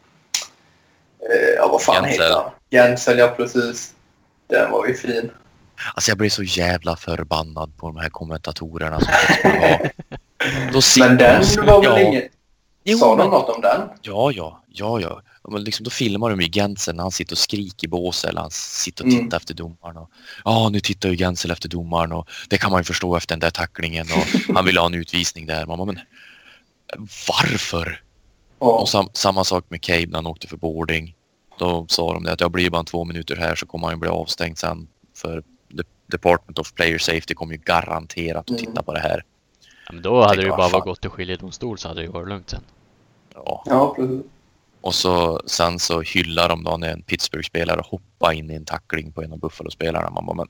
vad fan heter han? Gensel, ja precis. Den var ju fin. Alltså jag blir så jävla förbannad på de här kommentatorerna som ha. Men den var väl inget... Sa de något om den? Ja. Men liksom, då filmar de ju Gensel när han sitter och skriker i bås eller han sitter och tittar efter domaren. Och, nu tittar ju Gensel efter domaren och det kan man ju förstå efter den där tacklingen och han vill ha en utvisning där. Mamma, men varför? Och samma sak med Cabe när han åkte för boarding. Då sa de det att jag blir bara 2 minuter här så kommer han ju bli avstängd sen för Department of Player Safety kommer ju garanterat att titta på det här. Ja, men då hade det ju bara varit gått till skiljedomstol så hade det ju varit lugnt sen. Ja, precis. Och sen så hyllar de då när en Pittsburgh-spelare hoppar in i en tackling på en av Buffalo-spelarna. Man bara, men...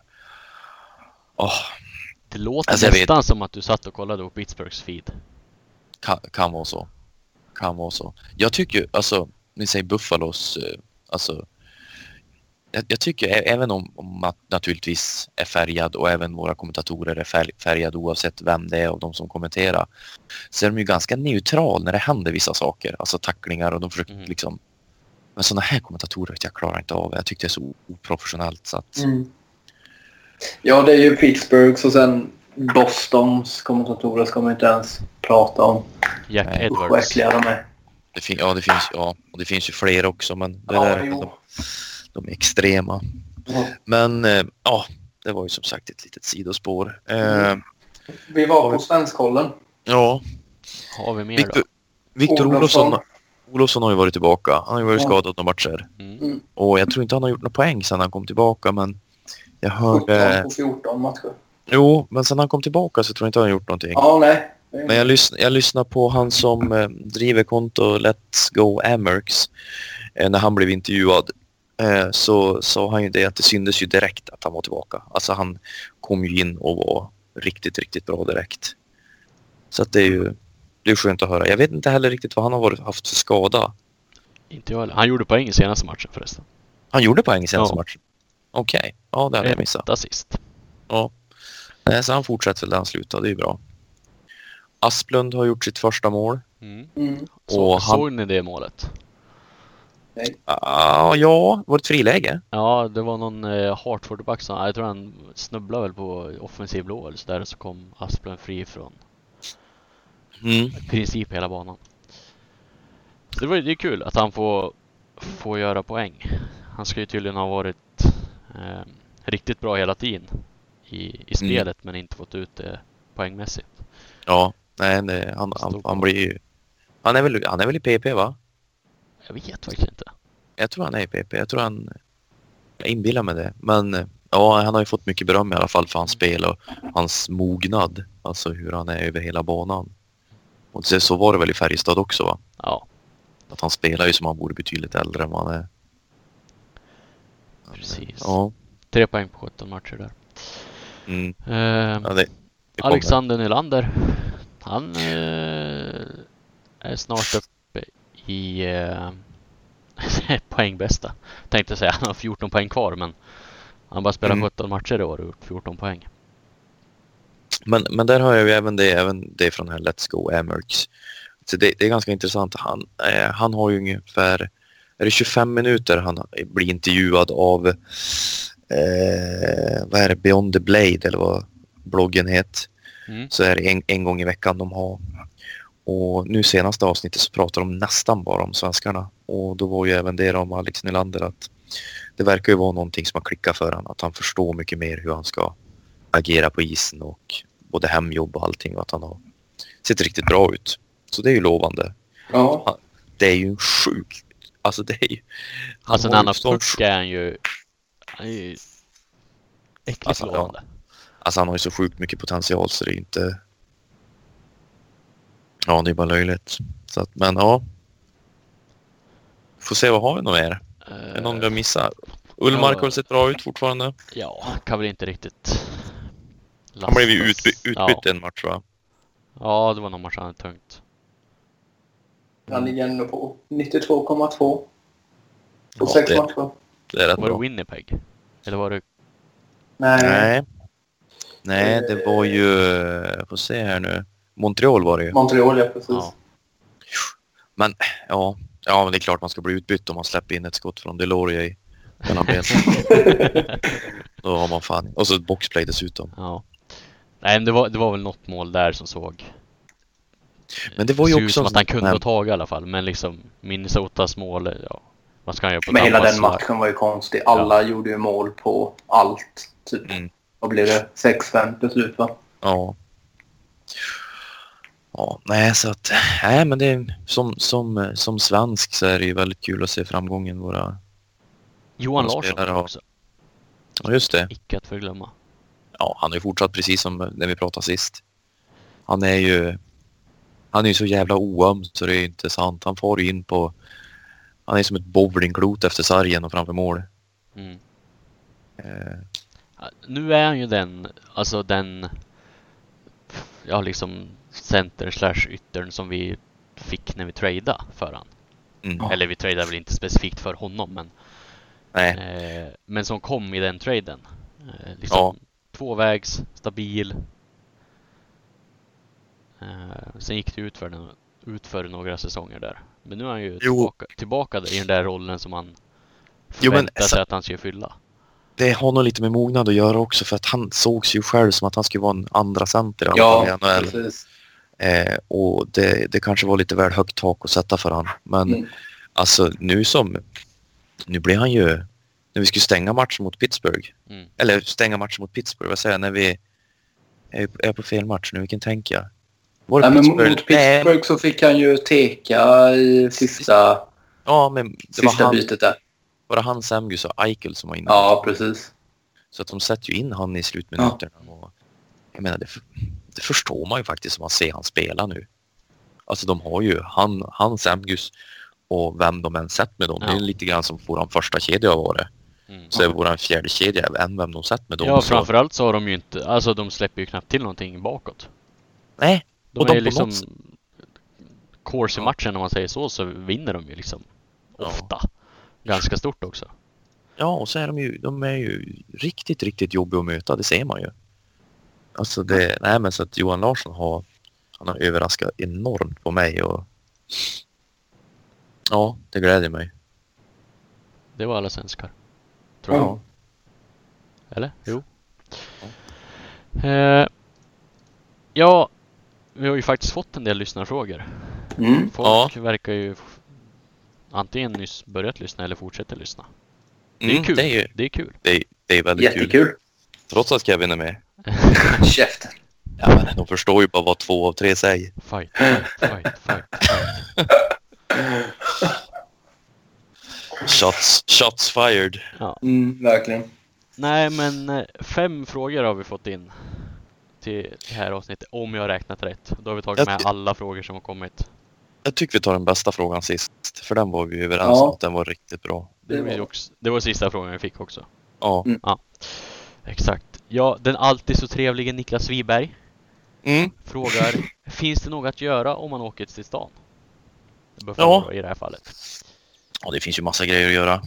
Det låter nästan som att du satt och kollade på Pittsburghs feed. Kan vara så. Jag tycker, alltså, ni säger Buffalos, alltså... Jag tycker även om man naturligtvis är färgad och även våra kommentatorer är färgade oavsett vem det är och de som kommenterar så är de ju ganska neutral när det händer vissa saker, alltså tacklingar och de försöker liksom, men sådana här kommentatorer jag klarar inte av, jag tycker det är så oprofessionellt så att... Ja, det är ju Pittsburghs och sen Bostons kommentatorer ska man inte ens prata om. Jack Edwards. Äckliga de är. Det finns ju fler också men de är extrema. Men det var ju som sagt ett litet sidospår. Vi var på Svenskollen. Ja. Har vi mer då? Victor Olofsson har ju varit tillbaka. Han har ju varit skadad några matcher. Och jag tror inte han har gjort några poäng sedan han kom tillbaka. Men jag hörde... 17 på 14 matcher. Jo, men sen han kom tillbaka så tror jag inte han har gjort någonting. Ja, nej. Men jag lyssnar på han som driver konto Let's Go Amerks när han blev intervjuad. så sa han ju det att det syntes ju direkt att han var tillbaka. Alltså han kom ju in och var riktigt, riktigt bra direkt. Så att det är skönt att höra. Jag vet inte heller riktigt vad han har haft för skada. Inte jag heller. Han gjorde poäng i senaste matchen förresten. Han gjorde poäng i senaste matchen? Okej. Ja, det hade jag missat. 1 assist. Ja. Så han fortsätter väl där han slutade. Det är bra. Asplund har gjort sitt första mål. Och såg ni det målet? Ja, var det ett friläge? Ja, det var någon Hartford-back som, jag tror han snubblade väl på offensiv blå eller så där, så kom Asplund fri från i princip hela banan. Så det är kul att han får göra poäng. Han ska ju tydligen ha varit riktigt bra hela tiden i spelet, men inte fått ut det poängmässigt. Ja, nej, han blir ju... Han är väl i PP, va? Jag vet faktiskt inte. Jag tror han är i PP. Jag inbillar mig det. Men ja, han har ju fått mycket beröm i alla fall för hans spel och hans mognad. Alltså hur han är över hela banan. Och så var det väl i Färjestad också, va? Ja. Att han spelar ju som han borde betydligt äldre än vad han är. Precis. Ja. 3 poäng på 17 matcher där. Ja, det Alexander Nylander. Han är snart uppe i poängbästa. Tänkte säga han har 14 poäng kvar, men han bara spelar 17 matcher i år och gjort 14 poäng. Men där har jag ju även det från här Let's Go Amerks. Så det är ganska intressant. Han har ju ungefär 25 minuter han blir intervjuad av vad är det, Beyond the Blade eller vad bloggen heter. Så är det en gång i veckan de har. Och nu senaste avsnittet så pratar de nästan bara om svenskarna. Och då var ju även det om Alex Nylander att det verkar ju vara någonting som har klickat för honom. Att han förstår mycket mer hur han ska agera på isen och både hemjobb och allting. Och att han har sett riktigt bra ut. Så det är ju lovande. Ja. Det är ju sjukt. Alltså det är ju... Alltså när han har puck är han ju äckligt lovande. Alltså han har ju så sjukt mycket potential så det är inte... Ja, det är bara löjligt. Så att, men ja. Får se, vad har vi nog mer? Är det någon vi har missat? Ullmark har sett bra ut fortfarande. Ja, kan väl inte riktigt. Han blev ju utbytt en match, va? Ja, det var någon match han hade tungt. Han ligger ändå på 92,2 på 6 matcher. Det är rätt var bra. Det Winnipeg? Eller var det... Nej, det var ju... Får se här nu. Montreal var det ju. Montreal, ja, precis. Ja. Men, ja, men det är klart man ska bli utbytt om man släpper in ett skott från Deloria mellan benen. Då har man fan... Och så ett boxplay dessutom. Ja. Nej, men det var väl något mål där som såg... Men det var ju också som att han kunde ha tagit i alla fall. Men liksom Minnesotas mål, ja. Vad ska han göra på men hela den matchen var ju konstig. Alla gjorde ju mål på allt. Typ. Vad blev det? 6-5 till slut, va? Ja. Ja, nej så att... Nej, men det är som svensk så är det ju väldigt kul att se framgången våra... Johan Larsson också. Ja, just det. Icke att förglömma. Ja, han har ju fortsatt precis som när vi pratade sist. Han är ju så jävla oöm så det är inte sant. Han får in på... Han är som ett bowlingklot efter sargen och framför mål. Nu är han ju den ja, liksom center/yttern som vi fick när vi tradade för han. Eller vi tradade väl inte specifikt för honom, men men som kom i den traden. Liksom tvåvägs, stabil. Sen gick det ut för några säsonger där. Men nu är han ju tillbaka i den där rollen som han förväntar sig att han ska fylla. Det har nog lite med mognad att göra också, för att han sågs ju själv som att han skulle vara en andra center i NHL. Precis. Och det kanske var lite väl högt tak att sätta för han. Men alltså nu blir han ju, när vi skulle stänga matchen mot Pittsburgh. Eller stänga matchen mot Pittsburgh, vad säger jag, när vi är på fel match nu, vilken tänker jag? Men mot Pittsburgh så fick han ju teka i sista bytet där. Var det han, Samgus och Eichel som var inne? Ja, precis. Så att de sätter ju in han i slutminuterna. Ja. Och jag menar, det förstår man ju faktiskt om man ser han spela nu. Alltså de har ju han Samgus och vem de än sett med dem. Ja. Det är lite grann som våran första kedja har varit. Så är våran fjärde kedja än vem de sett med dem. Ja, så... framförallt så har de ju inte, alltså de släpper ju knappt till någonting bakåt. Nej. De Och är de ju liksom på course i matchen, om man säger så vinner de ju liksom ofta. Ganska stort också. Ja, och så är de är ju riktigt, riktigt jobbiga att möta, det ser man ju. Alltså det, nej men så att Johan Larsson han har överraskat enormt på mig och ja, det gläder mig. Det var alla svenskar, tror jag. Ja. Eller? Jo. Ja, vi har ju faktiskt fått en del lyssnarfrågor. Folk verkar ju antingen nyss börjat lyssna eller fortsätter lyssna. Det är kul. Det är kul. Det är väldigt Jättekul. kul. Trots att Kevin är med. Käften. Ja, men de förstår ju bara vad 2 av 3 säger. Fight. Shots fired. Ja. Verkligen. Nej, men 5 frågor har vi fått in till det här avsnittet, om jag har räknat rätt. Då har vi tagit med alla frågor som har kommit. Jag tycker vi tar den bästa frågan sist. För den var vi överens om att den var riktigt bra. Det var sista frågan vi fick också. Ja. Ja, exakt. Ja, den alltid så trevliga Niklas Wiberg frågar: finns det något att göra om man åker till stan? Ja. I det här fallet. Ja, det finns ju massa grejer att göra.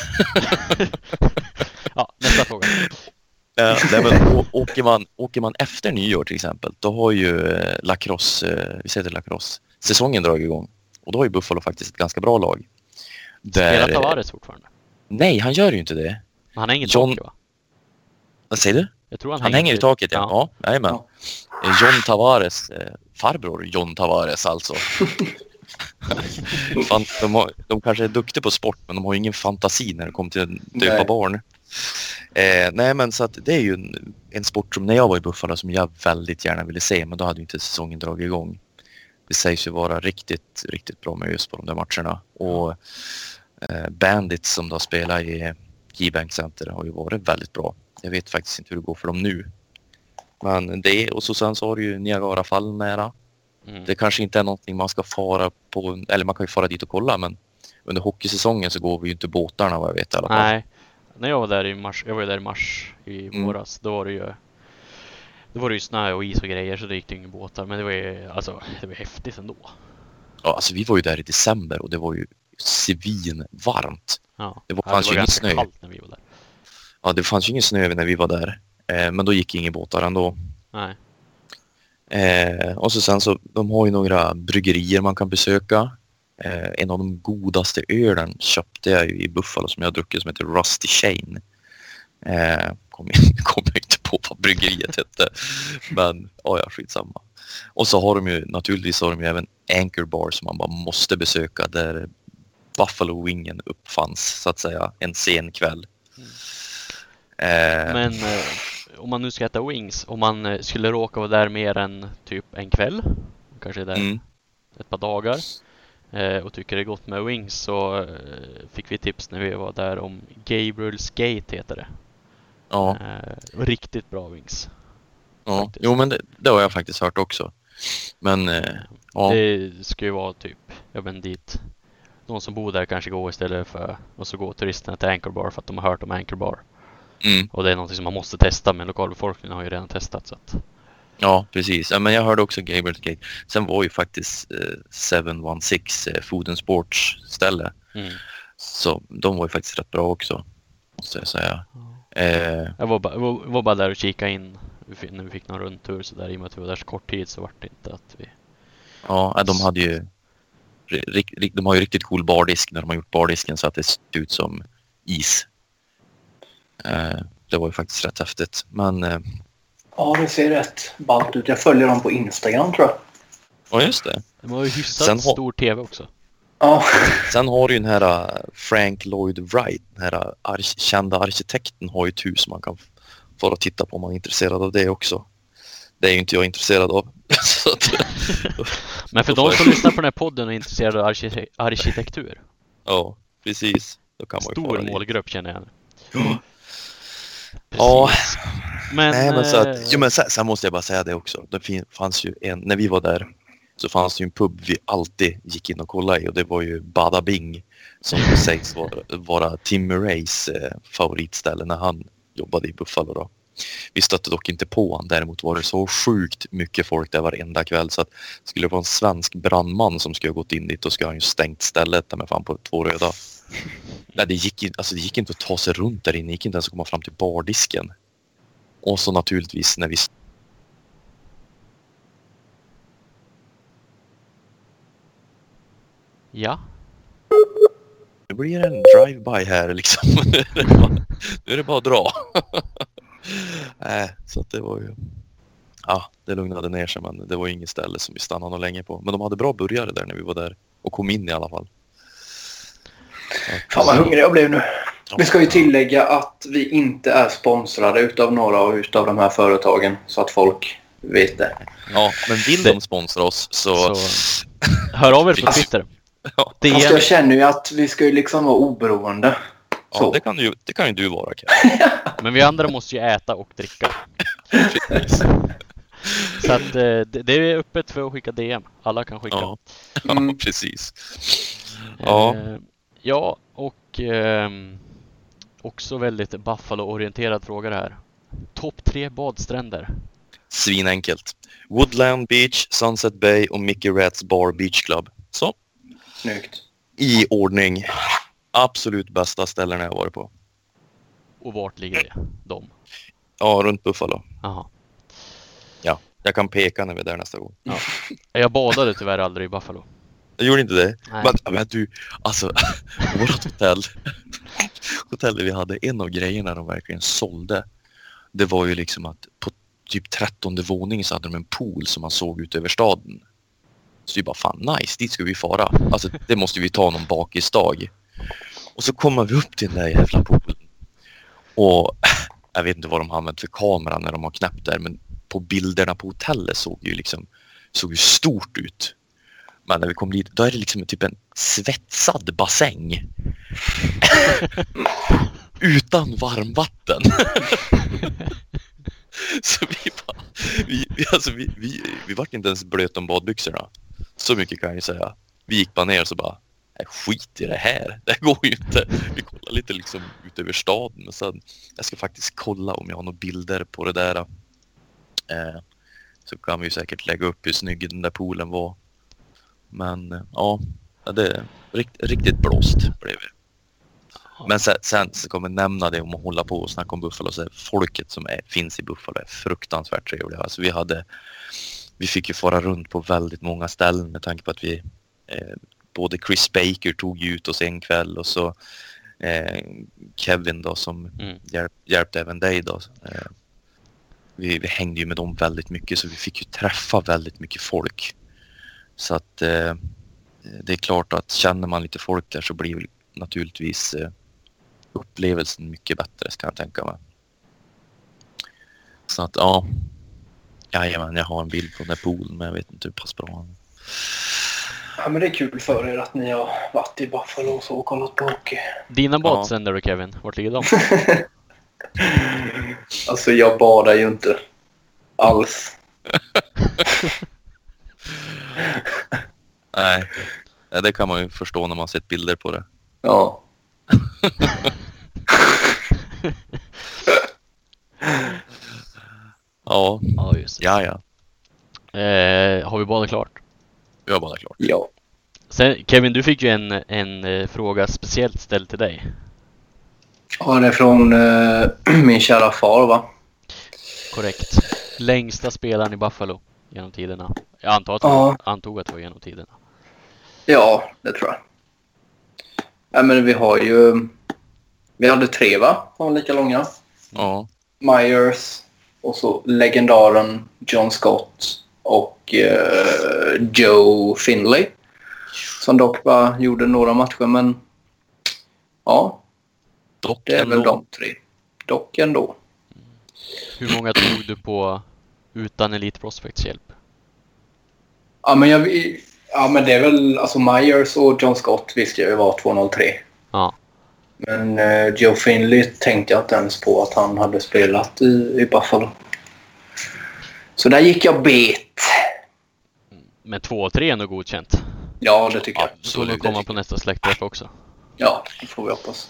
Ja, nästa fråga. Nej, men åker man efter nyår till exempel, då har ju lacrosse säsongen dragit igång. Och då har ju Buffalo faktiskt ett ganska bra lag. Spelar Tavares fortfarande? Nej, han gör ju inte det. Men han hänger i taket, va? Vad säger du? Jag tror han hänger i taket, ja. Nej, men John Tavares, farbror John Tavares alltså. Fan, de kanske är duktiga på sport, men de har ingen fantasi när det kommer till att döpa barn. Nej, men så att det är ju en sport som när jag var i Buffalo som jag väldigt gärna ville se, men då hade ju inte säsongen dragit igång. Det sägs ju vara riktigt, riktigt bra med just på de där matcherna. Och Bandits som då spelar i G-Bank Center har ju varit väldigt bra. Jag vet faktiskt inte hur det går för dem nu. Men det, och så sen så har du ju Niagarafallen nära. Det kanske inte är någonting man ska fara på, eller man kan ju fara dit och kolla, men under hockeysäsongen så går vi ju inte båtarna, vad jag vet i alla fall. Nej, när jag var där i mars, i våras, då var det ju snö och is och grejer, så det gick det inga båtar, men det var ju, alltså, det var häftigt ändå. Ja, alltså vi var ju där i december och det var ju svinvarmt. Ja, det fanns ju ingen snö. Kallt när vi var där. Ja, det fanns ju ingen snö när vi var där, men då gick inga båtar ändå. Nej. Och så sen så, de har ju några bryggerier man kan besöka. En av de godaste ölen köpte jag ju i Buffalo som jag har druckit, som heter Rusty Shane. Kommer jag inte på vad bryggeriet hette. Men ja, skitsamma. Och så har de ju, naturligtvis har de ju även Anchor Bar som man bara måste besöka, där Buffalo Wingen uppfanns så att säga en sen kväll. Men om man nu ska äta wings, om man skulle råka vara där mer än typ en kväll, kanske där ett par dagar, och tycker det är gott med wings, så fick vi tips när vi var där om Gabriel's Gate heter det. Ja. Riktigt bra wings. Ja, faktiskt. jo men det har jag faktiskt hört också. Men ja. Det ska ju vara typ, jag vet inte, dit någon som bor där kanske går istället för, och så går turisterna till Anchor Bar för att de har hört om Anchor Bar. Och det är något som man måste testa, men lokalbefolkningen har ju redan testat, så att... Ja, precis. Ja, men jag hörde också Gabriel's Gate. Sen var ju faktiskt 716 Food and Sports ställe. Så de var ju faktiskt rätt bra också, måste jag säga. Jag var bara där och kika in när vi fick någon rundtur, så där, i och med att vi var där så kort tid, så var det inte att vi... Ja, de hade ju de har ju riktigt cool bardisk när de har gjort bardisken så att det ser ut som is. Det var ju faktiskt rätt häftigt. Men ja, det ser rätt ballt ut. Jag följer dem på Instagram, tror jag. Ja, just det. De har ju hyfsat stor tv också. Ja. Sen har du ju den här Frank Lloyd Wright, den här kända arkitekten, har ju ett hus man kan få att titta på om man är intresserad av det också. Det är ju inte jag intresserad av. Så att, men för de som lyssnar på den här podden och är intresserade av arkitektur. Ja, precis. Då kan man ju stor målgrupp, känner jag. Ja. Men, nej, men så att, men sen måste jag bara säga det också. Det fanns ju när vi var där, så fanns det ju en pub vi alltid gick in och kollade i, och det var ju Bada Bing, som sägs vara Tim Murrays favoritställe när han jobbade i Buffalo då. Vi stötte dock inte på han, däremot var det så sjukt mycket folk där varenda kväll, så att skulle det vara en svensk brandman som skulle ha gått in dit, och skulle han ju stängt stället där med fan på 2 röda. Nej, det gick inte att ta sig runt där inne, det gick inte ens att komma fram till bardisken. Och så naturligtvis när vi... Ja. Nu blir det en drive-by här liksom. Nu är det bara att dra. Så att det var ju... Ja, det lugnade ner sig, men det var ju inget ställe som vi stannade någon länge på. Men de hade bra burgare där när vi var där. Och kom in i alla fall. Fan vad hungrig jag blev nu. Vi ska ju tillägga att vi inte är sponsrade utav några utav de här företagen, så att folk vet det. Ja, men vill de sponsra oss så... Hör av er på Twitter. Ja. Fast jag känner ju att vi ska ju liksom vara oberoende. Ja, så. det kan ju du vara, Men vi andra måste ju äta och dricka. Så att det är öppet för att skicka DM. Alla kan skicka. Ja, precis. Ja. Ja, och också väldigt Buffalo-orienterad fråga det här. Topp 3 badstränder. Svinenkelt. Woodland Beach, Sunset Bay och Mickey Rats Bar Beach Club. Så. Snyggt. I ordning. Absolut bästa ställena jag varit på. Och vart ligger det? De? Ja, runt Buffalo. Aha. Ja, jag kan peka när vi är där nästa gång. Ja. Jag badade tyvärr aldrig i Buffalo. Jag gjorde inte det? Nej. Men du, alltså, vårt hotell vi hade, en av grejerna de verkligen sålde, det var ju liksom att på typ 13:e våningen så hade de en pool som man såg ut över staden. Så vi bara, fan nice, dit ska vi fara. Alltså det måste vi ta någon bakisdag. Och så kommer vi upp till den där jävla poolen. Och jag vet inte vad de har använt för kamera när de har knäppt där, men på bilderna på hotellet såg ju stort ut. Men när vi kom dit, då är det liksom typ en svetsad bassäng. Utan varmvatten. Så vi var inte ens blöt om badbyxorna. Så mycket kan jag säga. Vi gick bara ner och så bara, skit i det här. Det går ju inte. Vi kollar lite liksom ut över staden. Men sen, jag ska faktiskt kolla om jag har några bilder på det där. Så kan vi ju säkert lägga upp hur snygg den där poolen var. Men ja, det är riktigt blåst blev det. Men sen så kommer jag nämna det om att hålla på och snacka om Buffalo. Så folket som finns i Buffalo är fruktansvärt trevliga. Alltså vi fick ju fara runt på väldigt många ställen med tanke på att vi både Chris Baker tog ut oss en kväll och så Kevin då som hjälpte även dig då. Vi hängde ju med dem väldigt mycket, så vi fick ju träffa väldigt mycket folk. Så att det är klart att känner man lite folk där så blir naturligtvis upplevelsen mycket bättre, ska jag tänka mig. Så att jajamän, jag har en bild på den där poolen, men jag vet inte hur pass bra han. Ja, men det är kul för er att ni har varit i Buffalo och så och kollat på hockey. Dina badstränder då, Kevin, vart ligger de? Alltså jag badar ju inte alls. Nej, det kan man ju förstå när man sett bilder på det. Ja. Ja, Just det. ja. Har vi badat klart? Jag har badat klart. Ja. Sen, Kevin, du fick ju en fråga speciellt ställd till dig. Ja, det är från min kära far, va? Korrekt. Längsta spelaren i Buffalo genom tiderna. Jag antog att det var genom tiderna. Ja, det tror jag. Ja, men vi hade 3, va? Som var lika långa. Ja. Myers och så legendaren John Scott och Joe Finley. Som dock bara gjorde några matcher, men ja, Dock det är ändå. väl de 3. Dock ändå. Hur många tog du på utan Elite Prospects hjälp? Ja, men det är väl, alltså Myers och John Scott visste jag ju var 203. Ja. Men Joe Finley tänkte jag inte ens på att han hade spelat i Buffalo. Så där gick jag bet. Men 2 och 3 är nog godkänt. Ja, det tycker jag. Så de kommer på nästa släktträff också. Ja, det får vi hoppas.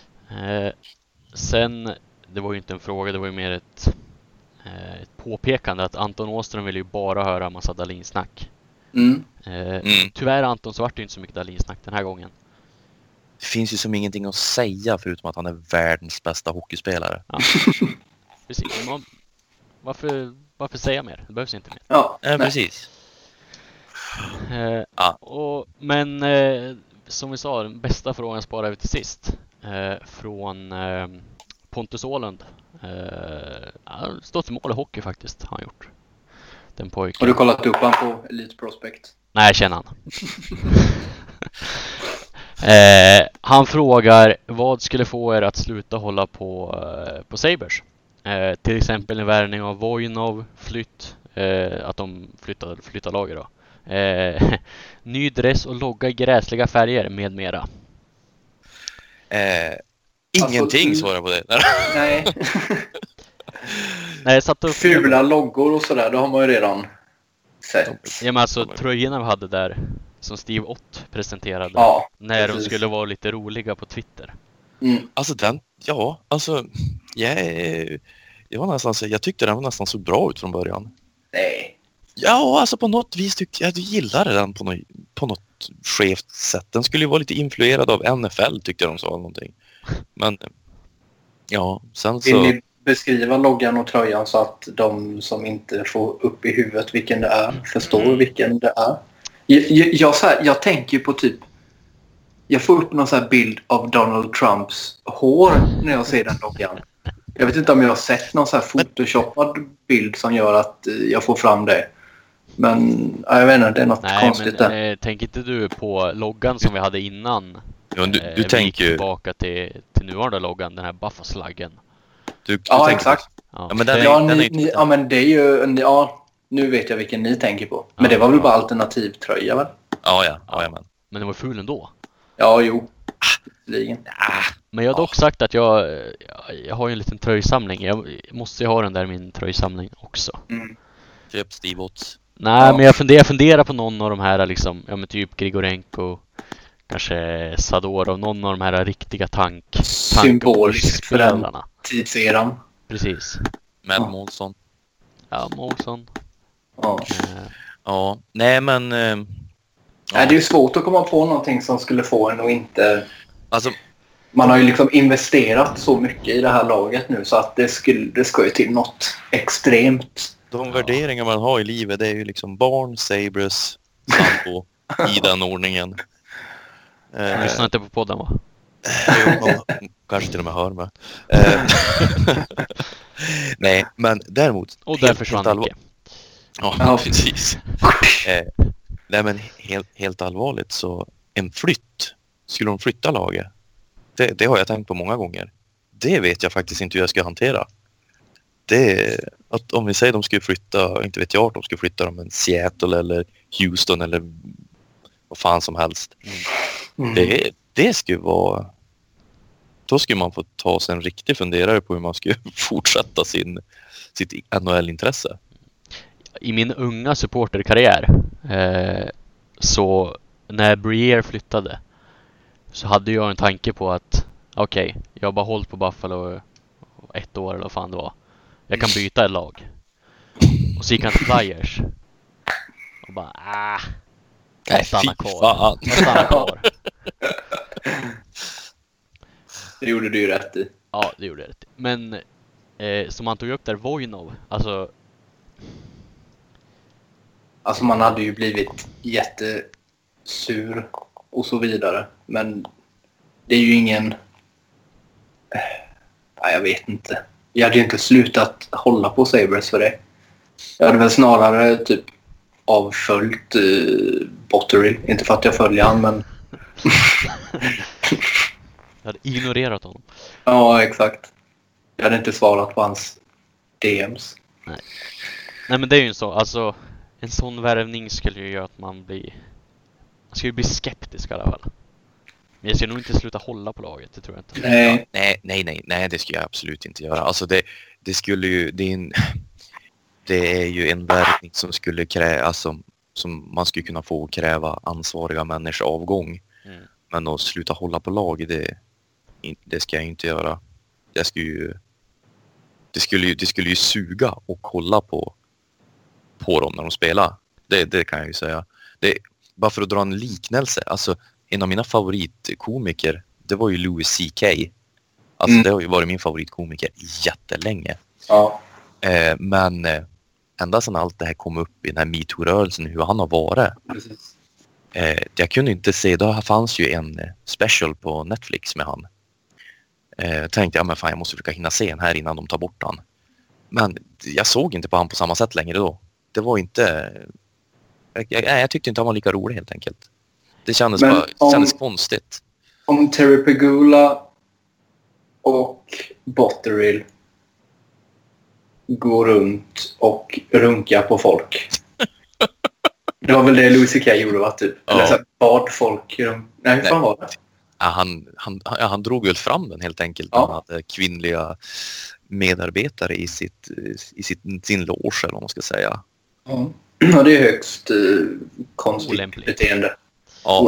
Sen, det var ju inte en fråga, det var ju mer ett påpekande att Anton Åström vill ju bara höra en massa Dahlin-snack. Tyvärr Anton, så vart det inte så mycket Dahlin-snack den här gången. Det finns ju som ingenting att säga förutom att han är världens bästa hockeyspelare. Ja. Precis. Varför säga mer? Det behövs inte mer. Ja, precis. Men som vi sa, den bästa frågan sparar vi till sist. Från Pontus Åhlund. Stått i mål i hockey faktiskt, har han gjort. Den pojken. Har du kollat upp han på Elite Prospect? Nej, jag känner han. Han frågar, vad skulle få er att sluta hålla på Sabres? Till exempel en värvning av Vojnov, att de flyttar lager då. Ny dress och logga i gräsliga färger med mera. Ingenting alltså, svarar på det. Nej. Nej, jag satt upp Fula loggor och sådär, det har man ju redan sett. Ja, men alltså tröjorna vi hade där som Steve Ott presenterade när precis. de skulle vara lite roliga på Twitter. Alltså jag tyckte den var nästan så bra ut från början. Nej. Ja, alltså på något vis tyckte jag att du gillade den på något skevt sätt. Den skulle ju vara lite influerad av NFL, tyckte de sa någonting. Men ja, sen så... Vill ni beskriva loggan och tröjan så att de som inte får upp i huvudet vilken det är förstår vilken det är? Jag tänker på typ... Jag får upp någon så här bild av Donald Trumps hår när jag ser den loggan. Jag vet inte om jag har sett någon så här photoshoppad bild som gör att jag får fram det. Men jag vet inte, det är något konstigt där. Tänker inte du på loggan som vi hade innan? Ja, du tänker ju tillbaka till nuvarande loggan, den här buffaslaggen. Ja, exakt. Ja, men men det är ju... Ja, nu vet jag vilken ni tänker på. Men det var väl bara alternativtröja, väl? Ja, men det var ful ändå. Ja, jo. Men jag har dock sagt att jag har ju en liten tröjsamling. Jag måste ju ha den där i min tröjsamling också. Köp Steve Otts. Nej, men jag funderar på någon av de här liksom, ja men typ Grigorenko, kanske Sadorov, någon av de här riktiga symboliskt för den tidseran. Precis. Med Målsson. Ja, Målsson. Ja, nej men... Nej, det är ju svårt att komma på någonting som skulle få en och inte... Alltså... Man har ju liksom investerat så mycket i det här laget nu så att det ska ju till något extremt. De värderingar man har i livet, det är ju liksom barn, Sabres, sambo i den ordningen. Lyssnar inte på podden, va? Kanske till och med hör med. Nej, men däremot... Och där försvann Micke. Ja, precis. Nej, men helt allvarligt så en flytt. Skulle de flytta laget? Det har jag tänkt på många gånger. Det vet jag faktiskt inte hur jag ska hantera. Det att om vi säger de skulle flytta, inte vet jag att de skulle flytta dem, men Seattle eller Houston eller vad fan som helst. Det skulle vara... Då skulle man få ta sig en riktig funderare på hur man skulle fortsätta sitt NHL-intresse. I min unga supporterkarriär så när Briere flyttade så hade jag en tanke på att okej, jag har bara hållit på Buffalo 1 år eller vad fan det var. Jag kan byta ett lag. Och så gick han till Flyers. Och bara, jag stannar kvar. Det gjorde du ju rätt i. Ja, det gjorde jag rätt i. Men som han tog upp där, Vojnov, Alltså man hade ju blivit jättesur och så vidare. Men det är ju ingen... Nej, jag vet inte. Jag hade ju inte slutat hålla på Sabres för det. Jag hade väl snarare typ avföljt Botterill. Inte för att jag följer han, men... Jag hade ignorerat honom. Ja, exakt. Jag hade inte svarat på hans DMs. Nej, men det är ju så. Alltså, en sån värvning skulle ju göra att man skulle bli skeptisk i alla fall. Men jag ska nog inte sluta hålla på laget, det tror jag inte. Nej, det skulle jag absolut inte göra. Alltså det skulle ju... Det är ju en värvning som skulle kräva... Alltså, som man skulle kunna få kräva ansvariga människors avgång. Mm. Men att sluta hålla på lag, det ska jag inte göra. Det skulle ju suga och kolla på dem när de spelar. Det kan jag ju säga. Bara för att dra en liknelse. Alltså, en av mina favoritkomiker, det var ju Louis CK. Alltså det har ju varit min favoritkomiker jättelänge. Ja. Men ända sedan allt det här kom upp i den här MeToo-rörelsen, hur han har varit. Precis. Jag kunde inte se, då fanns ju en special på Netflix med han. Tänkte jag, men fan, jag måste försöka hinna se den här innan de tar bort han. Men jag såg inte på han på samma sätt längre då. Det var inte... Jag tyckte inte han var lika rolig helt enkelt. Det kändes, kändes konstigt. Om Terry Pegula och Botterill går runt och runkar på folk. Det var väl det Louis CK gjorde, va? Typ. Ja. Eller så här, bad folk Nej, hur fan var det? Ja, han drog väl fram den helt enkelt. Ja. Han hade kvinnliga medarbetare i sin loge, eller vad man ska säga. Ja, det är högst konstigt Olämpligt beteende. Ja.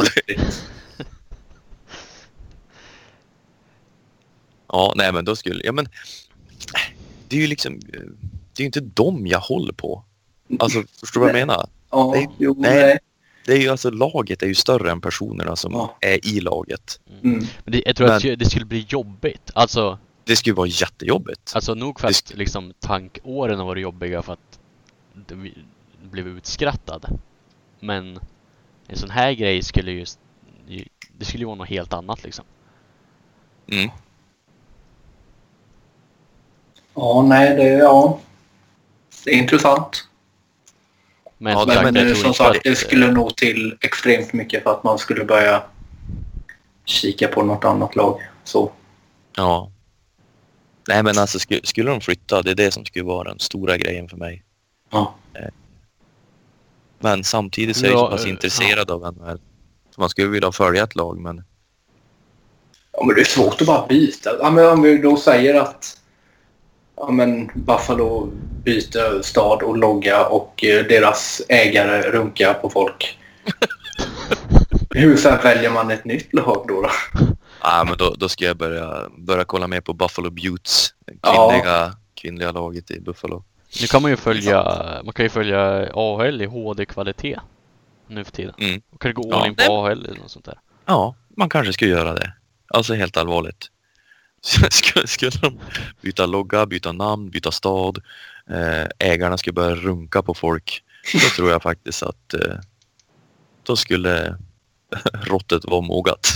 Ja, nej men då skulle... Ja, men det är ju liksom... Det är ju inte dem jag håller på. Alltså, förstår du vad jag menar? Ja, nej. Det är ju alltså, laget är ju större än personerna som är i laget. Men jag tror att det skulle bli jobbigt. Alltså, det skulle vara jättejobbigt. Alltså nog för att liksom tankåren har varit jobbiga för att det blev utskrattad. Men en sån här grej skulle ju... Det skulle ju vara något helt annat liksom. Mm. Ja, nej, det är intressant. Men, Som sagt, det skulle nog till extremt mycket för att man skulle börja kika på något annat lag. Så. Ja. Nej, men alltså skulle de flytta, det är det som skulle vara den stora grejen för mig. Ja. Men samtidigt så är jag så pass intresserad av NHL. Man skulle vilja följa ett lag, men... Ja, men det är svårt att bara byta. Ja, men om vi då säger att Buffalo byter stad och logga och deras ägare runkar på folk. Hur så väljer man ett nytt lag då? Ja, men då ska jag börja kolla mer på Buffalo Buttes, kvinnliga laget i Buffalo. Nu kan man ju följa AHL i HD-kvalitet nu för tiden. Mm. Kan du gå all in på AHL eller något sånt där? Ja, man kanske skulle göra det. Alltså helt allvarligt. Skulle de byta logga, byta namn, byta stad, ägarna skulle börja runka på folk, då tror jag faktiskt att då skulle råttet vara mogat.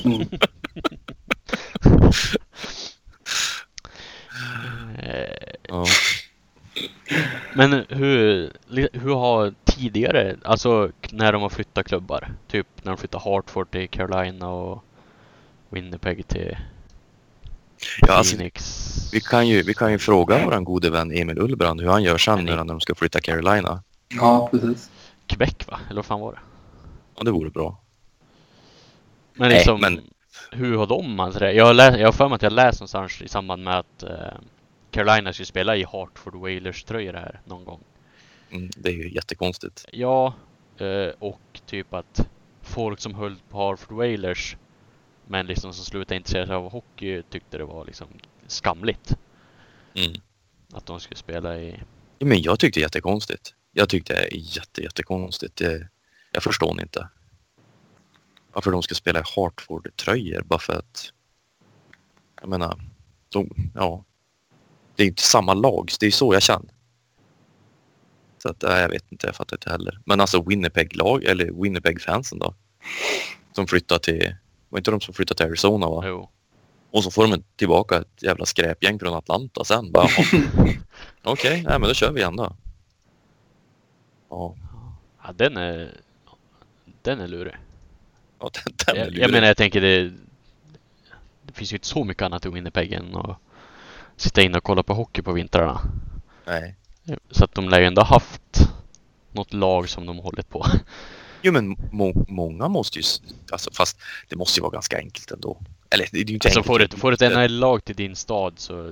Ja. Men hur har tidigare, alltså när de har flyttat klubbar, typ när de flyttar Hartford till Carolina och Winnipeg till Phoenix. Alltså, vi kan ju fråga våran gode vän Emil Ullbrand hur han gör sen när de ska flytta Carolina. Ja, precis. Quebec, va? Eller vad fan var det? Ja, det vore bra. Men liksom, hur har de alltså det? Jag har för mig att jag läst någonstans i samband med att Carolina skulle spela i Hartford Whalers tröjor här någon gång. Det är ju jättekonstigt. Ja, och typ att folk som höll på Hartford Whalers men liksom som slutade intressera sig av hockey tyckte det var liksom skamligt. Att de skulle spela i... Ja, men jag tyckte det är jättekonstigt. Jag tyckte det är jättekonstigt. Jag förstår inte varför de ska spela i Hartford-tröjor. Bara för att... Jag menar... Det är inte samma lag. Det är så jag känner. Så att, jag vet inte. Jag fattar inte heller. Men alltså Winnipeg-lag, eller Winnipeg-fansen då. Som flyttar till... Var inte de som flyttade till Arizona, va? Jo. Och så får de tillbaka ett jävla skräpgäng från Atlanta sen. Okej, men då kör vi igen då. Ja. Ja, den är lurig. Ja, den är lurig. Jag menar, jag tänker det finns ju inte så mycket annat i Winnipeg än att sitta in och kolla på hockey på vintrarna. Nej. Så att de lär ju ändå haft något lag som de har hållit på. Jo, men många måste ju... Alltså, fast det måste ju vara ganska enkelt ändå. Eller det är ju inte alltså enkelt. får du ett NHL-lag till din stad så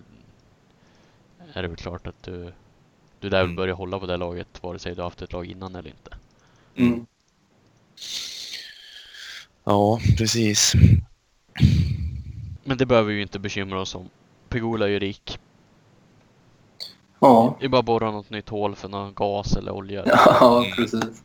är det väl klart att du där vill börja hålla på det laget vare sig du har haft ett lag innan eller inte. Mm. Ja, precis. Men det behöver vi ju inte bekymra oss om. Pegula är ju rik. Ja. Det är bara borra något nytt hål för någon gas eller olja. Ja, precis.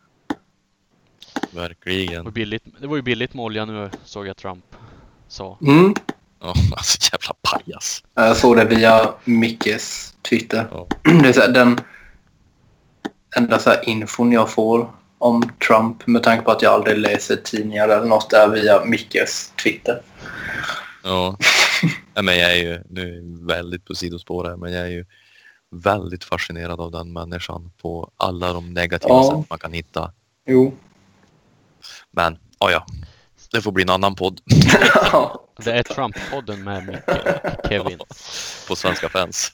Verkligen. Det var ju billigt med olja nu, såg jag Trump sa. Mm. Ja, alltså jävla pajas. Jag såg det via Mickes Twitter. Ja. Det är så här, den enda så här infon jag får om Trump, med tanke på att jag aldrig läser tidningar eller något, där via Mickes Twitter. Ja. Ja, men jag är ju nu väldigt på sidospår här, men jag är ju väldigt fascinerad av den människan på alla de negativa sätt man kan hitta. Jo. Men, ja. Det får bli en annan podd Det är Trump-podden med Micke och Kevin. på Svenska fans.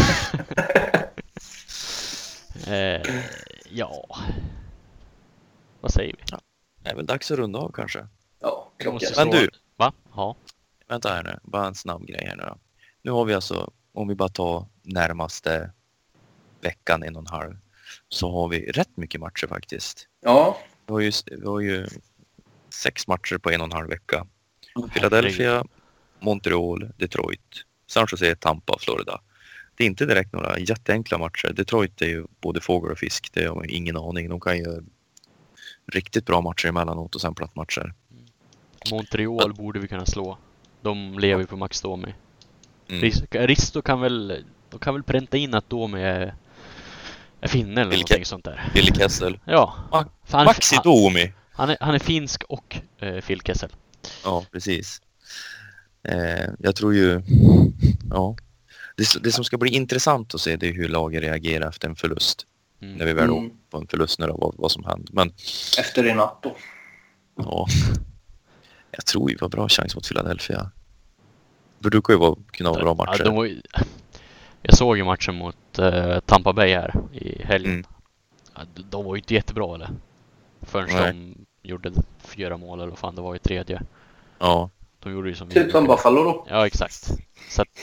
Ja. Vad säger vi? Det är väl dags att runda av kanske. Ja, klockan. Men du, Va? Ja. vänta här nu. Bara en snabb grej här nu då. Nu har vi alltså, om vi bara tar närmaste veckan, 1,5, så har vi rätt mycket matcher faktiskt. Ja. Vi har ju 6 matcher på 1,5 vecka. Philadelphia, Montreal, Detroit, San Jose, Tampa, Florida. Det är inte direkt några jätteenkla matcher. Detroit är ju både fågel och fisk. Det har man ingen aning. De kan ju riktigt bra matcher emellanåt och sen plattmatcher. Montreal borde vi kunna slå. De lever på Max Domi. Mm. Risto kan väl pränta in att Domi är finne eller någonting sånt där. Billy Kessel. Ja. Maxi Domi. Han är finsk och Phil Kessel. Ja, precis. Jag tror ju... Ja. Det som ska bli intressant att se, det är hur laget reagerar efter en förlust. När vi väl åker på en förlust, när det var vad som hände. Men, Efter i natt då. ja. Jag tror ju var bra chans mot Philadelphia. Det brukar ju kunna vara bra matcher. Ja, jag såg ju matchen mot Tampa Bay här i helgen. Mm. Ja, de var ju inte jättebra eller? Förrän de gjorde 4 mål eller vad fan det var i tredje. Ja. De gjorde ju som Typ som Buffalo då. Ja, exakt. Så att,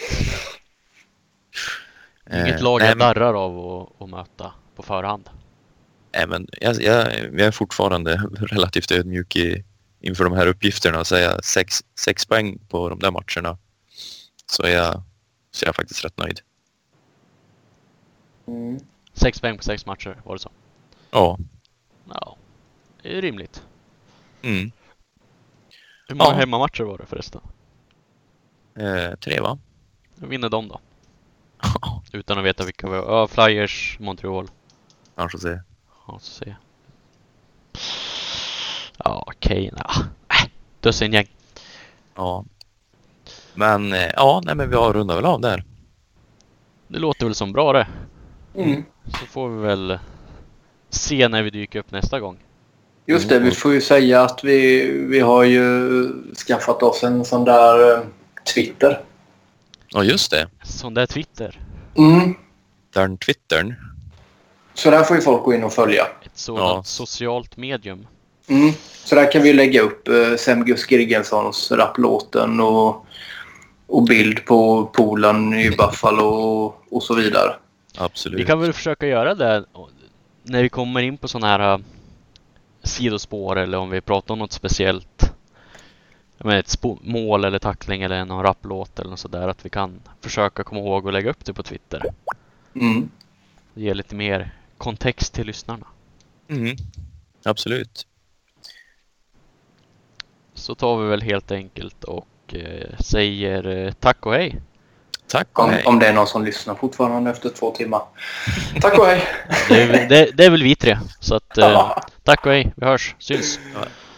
inget lag jag darrar av att möta på förhand. Nej, men jag är fortfarande relativt ödmjuk inför de här uppgifterna. Så jag 6 poäng på de där matcherna, så är jag faktiskt rätt nöjd. 6 poäng på 6 matcher, var det så? Ja. Ja, det är rimligt. Mm. Hur många hemmamatcher var det förresten? 3, va? Hur vinner de då? Utan att veta vilka vi var. Ja, Flyers, Montreal. Kanske se. Ja, så se. Ja, okej. Dussin gäng. Ja. Men nej, men vi har rundat väl av där. Det låter väl som bra det. Mm. Så får vi väl se när vi dyker upp nästa gång. Just det, vi får ju säga att vi har ju skaffat oss en sån där Twitter. Ja, just det. Sån där Twitter. Mm. Den Twittern. Så där får ju folk gå in och följa. Ett sådant socialt medium. Mm. Så där kan vi lägga upp Semgus Griggelssons rapplåten och bild på poolen i Buffalo och så vidare. Absolut. Vi kan väl försöka göra det när vi kommer in på sådana här sidospår, eller om vi pratar om något speciellt. Med ett mål eller tackling eller någon rapplåt eller något sådär, att vi kan försöka komma ihåg och lägga upp det på Twitter. Mm. Det ger lite mer kontext till lyssnarna. Mm. Absolut. Så tar vi väl helt enkelt och säger tack och hej. Tack och hej. Om det är någon som lyssnar fortfarande efter 2 timmar. Tack och hej. Det är väl vi 3. Så att tack och hej. Vi hörs. Syns. Ja.